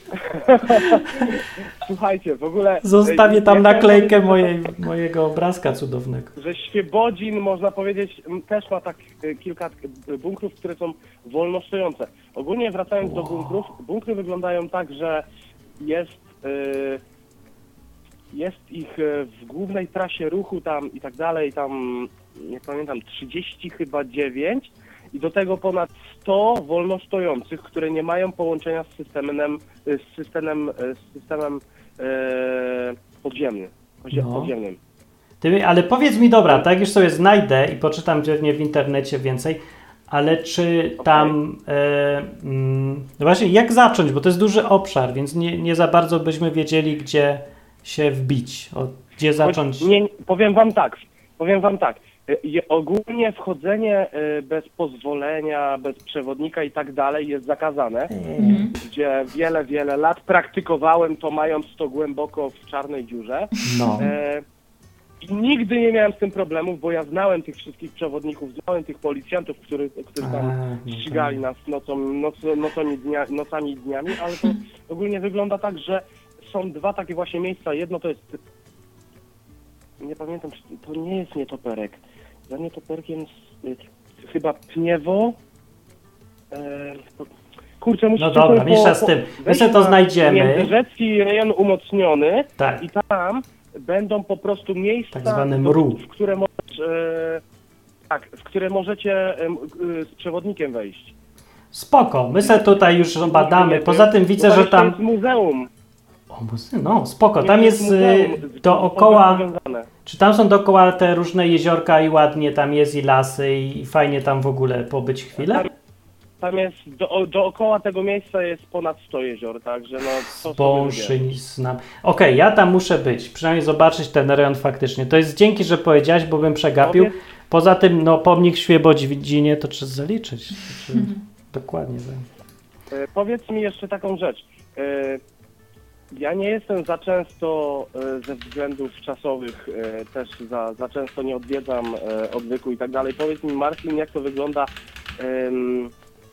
Słuchajcie, w ogóle... Zostawię e, tam ja naklejkę chciałem mojej, mojego obrazka cudownego. że Świebodzin, można powiedzieć, m, też ma tak e, kilka e, bunkrów, które są wolnostojące. Ogólnie wracając do bunkrów, bunkry wyglądają tak, że jest, e, jest ich e, w głównej trasie ruchu tam i tak dalej, tam nie pamiętam, trzydzieści chyba dziewięć i do tego ponad sto wolnostojących, które nie mają połączenia z systemem, e, z systemem, e, z systemem e, podziemnym. Podzie- No. podziemnym. Ty, ale powiedz mi, dobra, tak już sobie znajdę i poczytam pewnie w internecie więcej, ale czy tam, e, mm, no właśnie, jak zacząć, bo to jest duży obszar, więc nie, nie za bardzo byśmy wiedzieli, gdzie się wbić, o, gdzie zacząć. Nie, powiem wam tak, powiem wam tak. Je- Ogólnie wchodzenie y, bez pozwolenia, bez przewodnika i tak dalej jest zakazane, Mhm. gdzie wiele, wiele lat praktykowałem to, mając to głęboko w czarnej dziurze. No. E, I nigdy nie miałem z tym problemów, bo ja znałem tych wszystkich przewodników, znałem tych policjantów, którzy, którzy A, tam no to- ścigali nas nocą, noc, nocami, dnia, nocami i dniami, ale to ogólnie wygląda tak, że są dwa takie właśnie miejsca. Jedno to jest, nie pamiętam, czy to nie jest nietoperek. Za nietoperkiem y, chyba Pniewo. E, po- kurczę, musicie No dobra, sobie mniejsza z tym. My wejść sobie to na znajdziemy. Międzyrzecki rejon umocniony Tak. i tam będą po prostu miejsca, Tak zwany do- mru. w które możesz, e, tak, w które możecie em, e, z przewodnikiem wejść. Spoko, my se tutaj już badamy. Poza tym widzę, Bo że jeszcze tam... jest muzeum. O, muzeum, no spoko, tam Nie, jest muzeum, y, dookoła, powiązane. czy tam są dookoła te różne jeziorka i ładnie tam jest i lasy i fajnie tam w ogóle pobyć chwilę? Tam, tam jest, do, dookoła tego miejsca jest ponad sto jezior, także no... co Bąszy, sobie nic znam. Okej, okay, ja tam muszę być, przynajmniej zobaczyć ten rejon faktycznie. To jest dzięki, że powiedziałeś, bo bym przegapił. Powiedz... Poza tym, no pomnik w Świebodzinie to trzeba zaliczyć. Znaczy, dokładnie. Tak. E, powiedz mi jeszcze taką rzecz. E, ja nie jestem za często e, ze względów czasowych, e, też za, za często nie odwiedzam e, odwyku i tak dalej. Powiedz mi, Marcin, jak to wygląda em,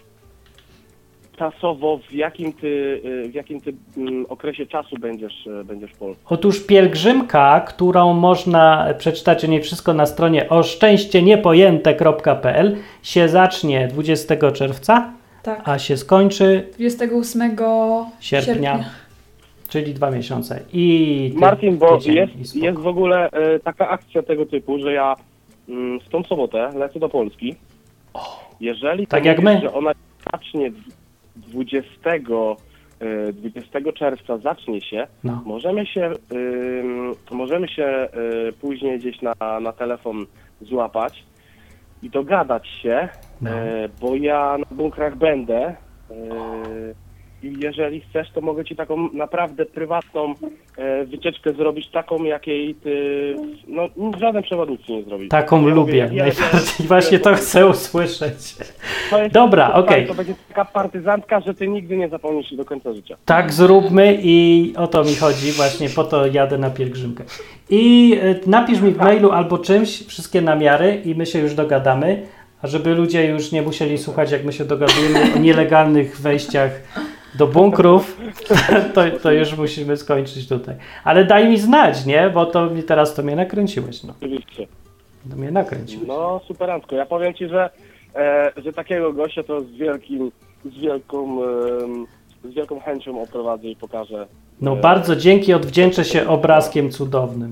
czasowo, w jakim ty, e, w jakim ty m, okresie czasu będziesz, e, będziesz w Polsce? Otóż pielgrzymka, którą można przeczytać o niej wszystko na stronie o szczęście niepojęte kropka p l, się zacznie dwudziestego czerwca, tak. a się skończy dwudziestego ósmego sierpnia. sierpnia. Czyli dwa miesiące. I Marcin, bo jest, jest w ogóle e, taka akcja tego typu, że ja mm, w tą sobotę lecę do Polski. Jeżeli tak to jak mówisz, my. że ona zacznie dwudziestego czerwca zacznie się, no. możemy się y, możemy się y, później gdzieś na, na telefon złapać i dogadać się, no. y, bo ja na bunkrach będę. Y, I jeżeli chcesz, to mogę ci taką naprawdę prywatną e, wycieczkę zrobić, taką jakiej ty, no żaden przewodnik ci nie zrobi. Taką ja lubię, mówię, ja, najbardziej. Ja, Właśnie ja, to chcę usłyszeć. To jest, Dobra, to, okej. Okay. To będzie taka partyzantka, że ty nigdy nie zapomnisz do końca życia. Tak zróbmy i o to mi chodzi, właśnie po to jadę na pielgrzymkę. I y, napisz mi w mailu albo czymś wszystkie namiary i my się już dogadamy, a żeby ludzie już nie musieli słuchać, jak my się dogadujemy o nielegalnych wejściach do bunkrów, to, to już musimy skończyć tutaj. Ale daj mi znać, nie? Bo to mi teraz to mnie nakręciłeś. No. Oczywiście. To mnie nakręciłeś. No superancko. Ja powiem ci, że, e, że takiego gościa to z wielkim, z wielką, e, z wielką chęcią oprowadzę i pokażę. No e... bardzo dzięki, odwdzięczę się obrazkiem cudownym.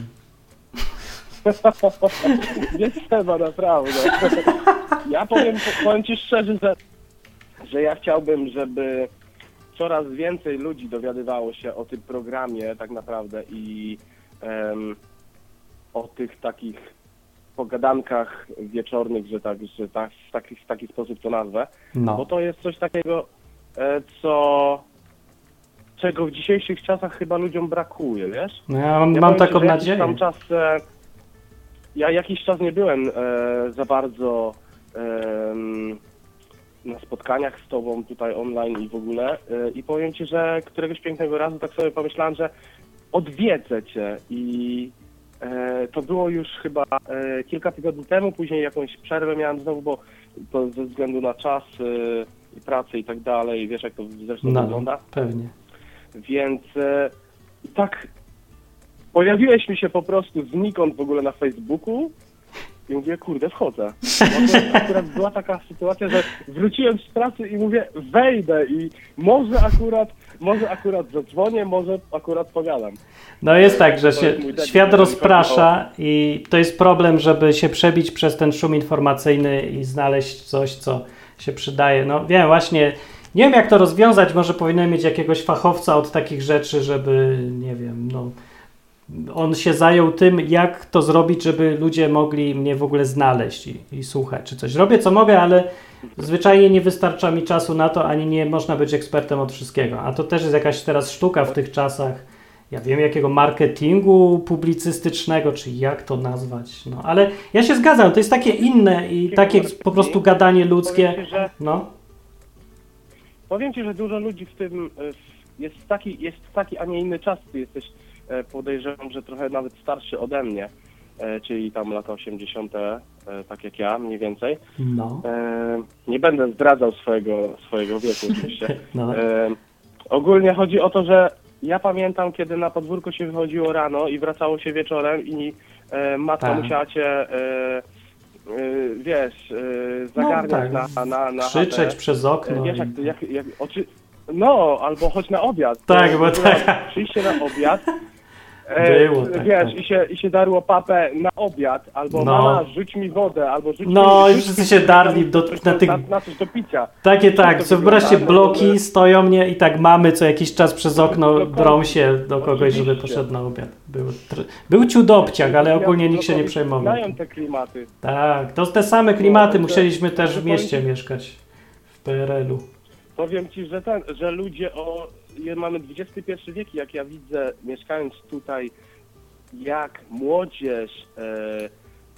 Nie trzeba, naprawdę. Ja powiem, powiem ci szczerze, że, że ja chciałbym, żeby coraz więcej ludzi dowiadywało się o tym programie tak naprawdę i um, o tych takich pogadankach wieczornych, że tak, że tak, w, taki, w taki sposób to nazwę, no. Bo to jest coś takiego, e, co czego w dzisiejszych czasach chyba ludziom brakuje, wiesz? No ja mam, ja mam powiem taką ci, nadzieję. Tam czas, e, ja jakiś czas nie byłem e, za bardzo e, na spotkaniach z tobą tutaj online i w ogóle e, i powiem ci, że któregoś pięknego razu tak sobie pomyślałem, że odwiedzę cię i e, to było już chyba e, kilka tygodni temu, później jakąś przerwę miałem znowu, bo to ze względu na czas e, i pracę i tak dalej, wiesz jak to zresztą no, wygląda. Pewnie. Więc e, tak pojawiłeś mi się po prostu znikąd w ogóle na Facebooku i mówię, kurde, wchodzę. Bo akurat była taka sytuacja, że wróciłem z pracy i mówię, wejdę i może akurat, może akurat zadzwonię, może akurat pogadam. No jest tak, że się świat rozprasza i to jest problem, żeby się przebić przez ten szum informacyjny i znaleźć coś, co się przydaje. No wiem, właśnie, nie wiem jak to rozwiązać, może powinienem mieć jakiegoś fachowca od takich rzeczy, żeby, nie wiem, no on się zajął tym, jak to zrobić, żeby ludzie mogli mnie w ogóle znaleźć i, i słuchać czy coś. Robię co mogę, ale zwyczajnie nie wystarcza mi czasu na to, ani nie można być ekspertem od wszystkiego. A to też jest jakaś teraz sztuka w tych czasach, ja wiem jakiego marketingu publicystycznego, czy jak to nazwać. No, ale ja się zgadzam, to jest takie inne i takie po prostu gadanie ludzkie. Powiem ci, że, no. powiem ci, że dużo ludzi w tym jest taki, jest taki, a nie inny czas. Ty jesteś, podejrzewam, że trochę nawet starszy ode mnie, czyli tam lata osiemdziesiąte, tak jak ja, mniej więcej. No. Nie będę zdradzał swojego, swojego wieku oczywiście. No. Ogólnie chodzi o to, że ja pamiętam, kiedy na podwórko się wychodziło rano i wracało się wieczorem i matka tak. musiała cię, wiesz, zagarniać no, tak. na, na, na krzyczeć chatę. przez okno. Wiesz, jak, jak, jak, oczy... No, albo chodź na obiad. Tak, to, bo tak. Przyjście na obiad, E, Było, tak, wiesz, tak. I, się, i się darło papę na obiad, albo No. mama, rzuć mi wodę, albo rzuć No mi... i rzuć wszyscy mi się coś darli tam, do, coś na do- tych... na, na coś do picia. Takie To tak, to co wyobraźcie, wygląda, bloki że- stoją mnie i tak mamy co jakiś czas przez okno Dokładnie. drą się do kogoś, żeby Oczywiście. poszedł na obiad. Był, tr- był ciudobciak, ale ogólnie nikt się nie Blokowi przejmował. Znają te klimaty. Tak, to te same klimaty, No, musieliśmy że- też że w mieście powiem ci- mieszkać. W P R L u. Powiem ci, że ten, że ludzie o... je- Mamy dwudziesty pierwszy wiek, jak ja widzę, mieszkając tutaj, jak młodzież... E,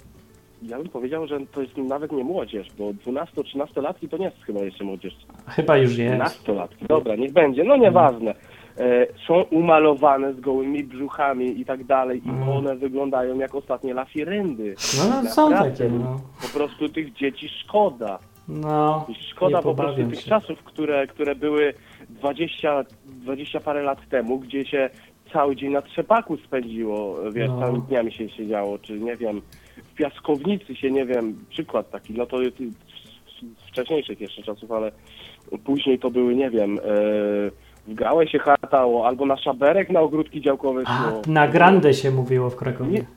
ja bym powiedział, że to jest nawet nie młodzież, bo dwunasto-trzynastolatki to nie jest chyba jeszcze młodzież. Chyba już jest. Nastolatki, dobra, niech będzie, no nieważne. E, są umalowane z gołymi brzuchami i tak dalej i Mm. one wyglądają jak ostatnie lafiryndy. No, no są Naprawdę, takie, no. Po prostu tych dzieci szkoda. No, I szkoda nie po prostu pobawiam tych się. czasów, które, które były dwadzieścia, dwadzieścia parę lat temu, gdzie się cały dzień na trzepaku spędziło, wiesz, No. całymi dniami się siedziało, czy nie wiem, w piaskownicy się, nie wiem, przykład taki, no to jest z wcześniejszych jeszcze czasów, ale później to były, nie wiem, e, w gałę się hartało, albo na szaberek na ogródki działkowe A, szło. na Grande się mówiło w Krakowie. Nie.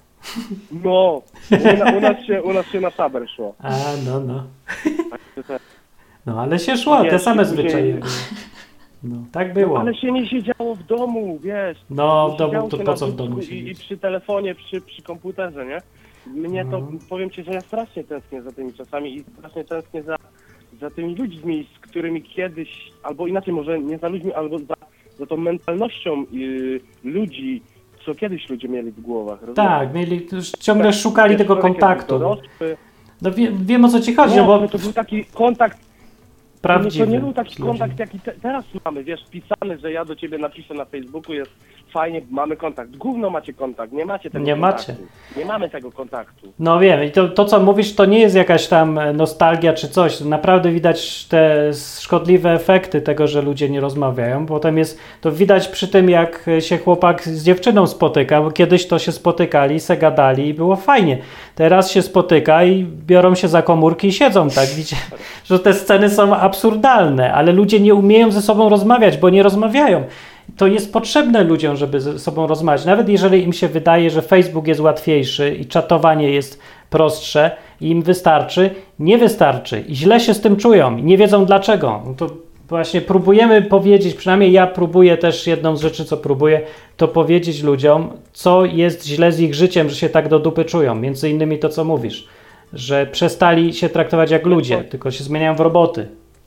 No, u, na, u, nas się, u nas się na szaber szło. A, no, no. Także te- No, ale się szło, Nie, te same później- zwyczaje były. No, tak było. Ale się nie siedziało w domu, wiesz. No, w Nie domu, siedziało to się po na co w dudku domu i, i siedzieć? przy telefonie, przy, przy komputerze, nie? Mnie to, Mhm. powiem ci, że ja strasznie tęsknię za tymi czasami i strasznie tęsknię za, za tymi ludźmi, z którymi kiedyś, albo inaczej może nie za ludźmi, albo za, za tą mentalnością y, ludzi, co kiedyś ludzie mieli w głowach. rozumiesz? Tak, mieli, już ciągle Tak, szukali wiesz, tego człowiek jest kontaktu. dorosły. No wie, wiem o co ci chodzi, No, bo ale to był taki kontakt. prawdziwy. To nie był taki z ludźmi. kontakt, jaki te, teraz mamy, wiesz, pisany, że ja do ciebie napiszę na Facebooku, jest fajnie, mamy kontakt. Gówno macie kontakt, nie macie tego Nie kontaktu. macie. Nie mamy tego kontaktu. No wiem, i to, to co mówisz, to nie jest jakaś tam nostalgia czy coś. Naprawdę widać te szkodliwe efekty tego, że ludzie nie rozmawiają. Potem jest, to widać przy tym, jak się chłopak z dziewczyną spotyka, bo kiedyś to się spotykali, se gadali i było fajnie. Teraz się spotyka i biorą się za komórki i siedzą tak. Widzicie, że te sceny są absurdalne, ale ludzie nie umieją ze sobą rozmawiać, bo nie rozmawiają. To jest potrzebne ludziom, żeby ze sobą rozmawiać. Nawet jeżeli im się wydaje, że Facebook jest łatwiejszy i czatowanie jest prostsze i im wystarczy, nie wystarczy. I źle się z tym czują i nie wiedzą dlaczego. No to właśnie próbujemy powiedzieć, przynajmniej ja próbuję też jedną z rzeczy, co próbuję, to powiedzieć ludziom, co jest źle z ich życiem, że się tak do dupy czują. Między innymi to, co mówisz, że przestali się traktować jak ludzie, tylko się zmieniają w roboty.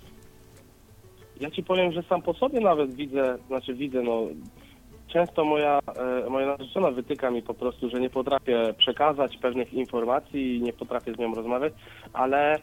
Ja ci powiem, że sam po sobie nawet widzę, znaczy widzę, no często moja, e, moja narzeczona wytyka mi po prostu, że nie potrafię przekazać pewnych informacji i nie potrafię z nią rozmawiać, ale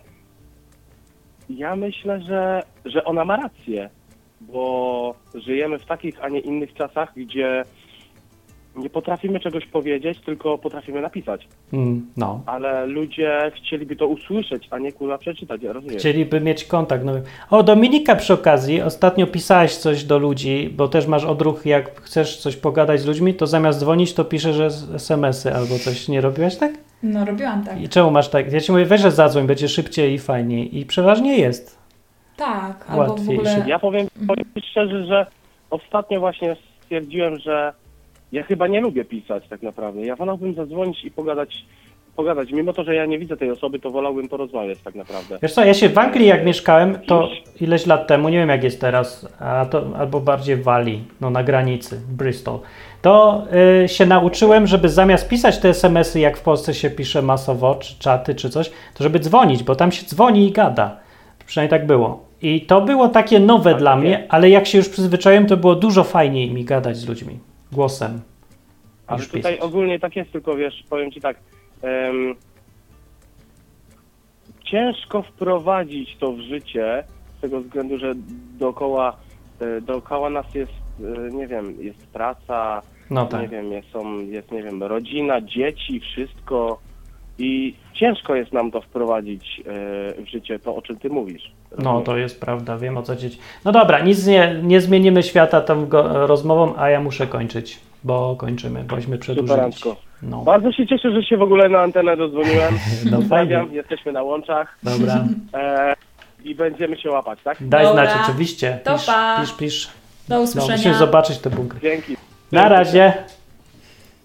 ja myślę, że, że ona ma rację, bo żyjemy w takich, a nie innych czasach, gdzie nie potrafimy czegoś powiedzieć, tylko potrafimy napisać. Mm, no. Ale ludzie chcieliby to usłyszeć, a nie kurwa przeczytać, ja rozumiem. Chcieliby mieć kontakt. No. O, Dominika, przy okazji, ostatnio pisałeś coś do ludzi, bo też masz odruch, jak chcesz coś pogadać z ludźmi, to zamiast dzwonić, to piszesz es em esy albo coś. Nie robiłaś tak? No robiłam tak. I czemu masz tak? Ja ci mówię, weź, że zadzwoń, będzie szybciej i fajniej. I przeważnie jest. Tak, albo w Łatwiejszy. ogóle... Ja powiem, powiem ci szczerze, że ostatnio właśnie stwierdziłem, że ja chyba nie lubię pisać tak naprawdę. Ja wolałbym zadzwonić i pogadać, pogadać. Mimo to, że ja nie widzę tej osoby, to wolałbym porozmawiać tak naprawdę. Wiesz co, ja się w Anglii jak mieszkałem, to ileś lat temu, nie wiem jak jest teraz, a to, albo bardziej w Walii, no na granicy, Bristol, to y, się nauczyłem, żeby zamiast pisać te es em esy, jak w Polsce się pisze masowo, czy czaty, czy coś, to żeby dzwonić, bo tam się dzwoni i gada. Przynajmniej tak było. I to było takie nowe Tak, dla tak mnie, jest. ale jak się już przyzwyczaiłem, to było dużo fajniej mi gadać z ludźmi, głosem. Ale niż tutaj pisać. ogólnie tak jest, tylko wiesz, powiem ci tak, em, ciężko wprowadzić to w życie, z tego względu, że dookoła, e, dookoła nas jest, e, nie wiem, jest praca, No tak. nie wiem, jest, są, jest, nie wiem, rodzina, dzieci, wszystko i ciężko jest nam to wprowadzić e, w życie, to o czym ty mówisz. No, to jest prawda, wiem o co dzieci. No dobra, nic nie, nie zmienimy świata tą go, rozmową, a ja muszę kończyć, bo kończymy, bośmy przedłużyli. Superancko. No, Bardzo się cieszę, że się w ogóle na antenę dodzwoniłem. no Pozdrawiam, fajnie. jesteśmy na łączach Dobra, e, i będziemy się łapać, tak? daj Dobra. znać oczywiście. To Pisz, pa. pisz, pisz. Do No, usłyszenia. musimy zobaczyć te bunkry. Dzięki. Na razie.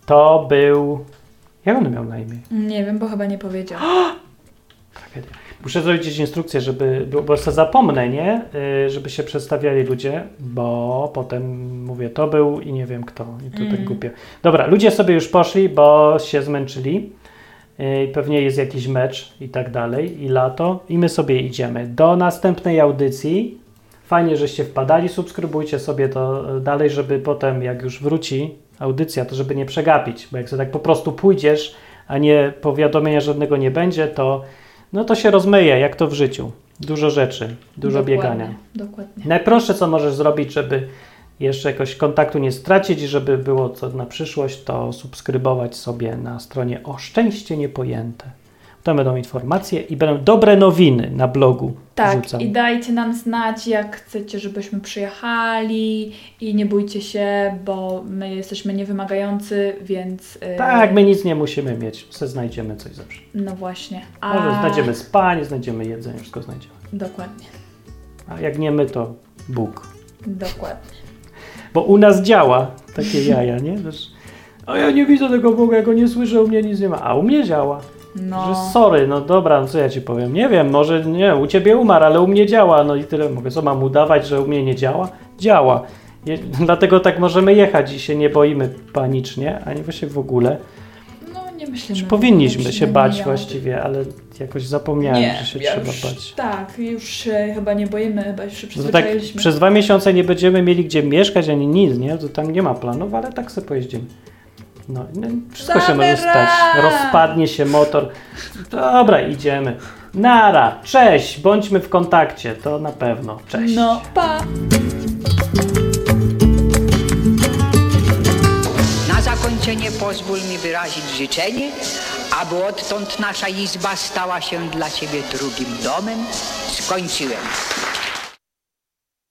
to był... Jak on miał na imię? Nie wiem, bo chyba nie powiedział. Tragedia. Muszę zrobić gdzieś instrukcję, żeby, bo, bo sobie zapomnę, nie? Yy, żeby się przedstawiali ludzie, bo potem mówię, to był i nie wiem kto. I to Mm. tak głupio. Dobra, ludzie sobie już poszli, bo się zmęczyli. Yy, pewnie jest jakiś mecz i tak dalej, i lato. I my sobie idziemy do następnej audycji. Fajnie, żeście wpadali, subskrybujcie sobie to dalej, żeby potem jak już wróci audycja, to żeby nie przegapić, bo jak sobie tak po prostu pójdziesz, a nie powiadomienia żadnego nie będzie, to no to się rozmyje, jak to w życiu. Dużo rzeczy, dużo Dokładnie, biegania. Dokładnie. Najprostsze, co możesz zrobić, żeby jeszcze jakoś kontaktu nie stracić i żeby było co na przyszłość, to subskrybować sobie na stronie O Szczęście Niepojęte. Tam będą informacje i będą dobre nowiny na blogu. Tak, wrzucam. i dajcie nam znać, jak chcecie, żebyśmy przyjechali i nie bójcie się, bo my jesteśmy niewymagający, więc... Yy, Tak, my nic nie musimy mieć, se znajdziemy coś zawsze. No właśnie. A... Może znajdziemy spanie, znajdziemy jedzenie, wszystko znajdziemy. Dokładnie. A jak nie my, to Bóg. Dokładnie. Bo u nas działa takie jaja, nie? Wiesz, a ja nie widzę tego Boga, ja go nie słyszę, u mnie nic nie ma. A u mnie działa. No. Że sorry, no dobra, no co ja ci powiem? Nie wiem, może nie, u ciebie umarł, ale u mnie działa. No i tyle mogę. Co mam udawać, że u mnie nie działa? Działa. Je, dlatego tak możemy jechać i się nie boimy panicznie, ani właśnie w ogóle. No nie myślimy. Powinniśmy się bać nie właściwie, ale jakoś zapomniałem, Nie, że się ja trzeba już, bać. Tak, już się chyba nie boimy, chyba już się No tak przyzwyczailiśmy. przez dwa miesiące nie będziemy mieli gdzie mieszkać, ani nic, nie? To tam nie ma planów, ale tak sobie pojeździmy. No, no wszystko się może stać. Rozpadnie się motor. Dobra, idziemy. Nara, cześć, bądźmy w kontakcie, to na pewno. Cześć. No, pa! Na zakończenie pozwól mi wyrazić życzenie, aby odtąd nasza izba stała się dla Ciebie drugim domem. Skończyłem.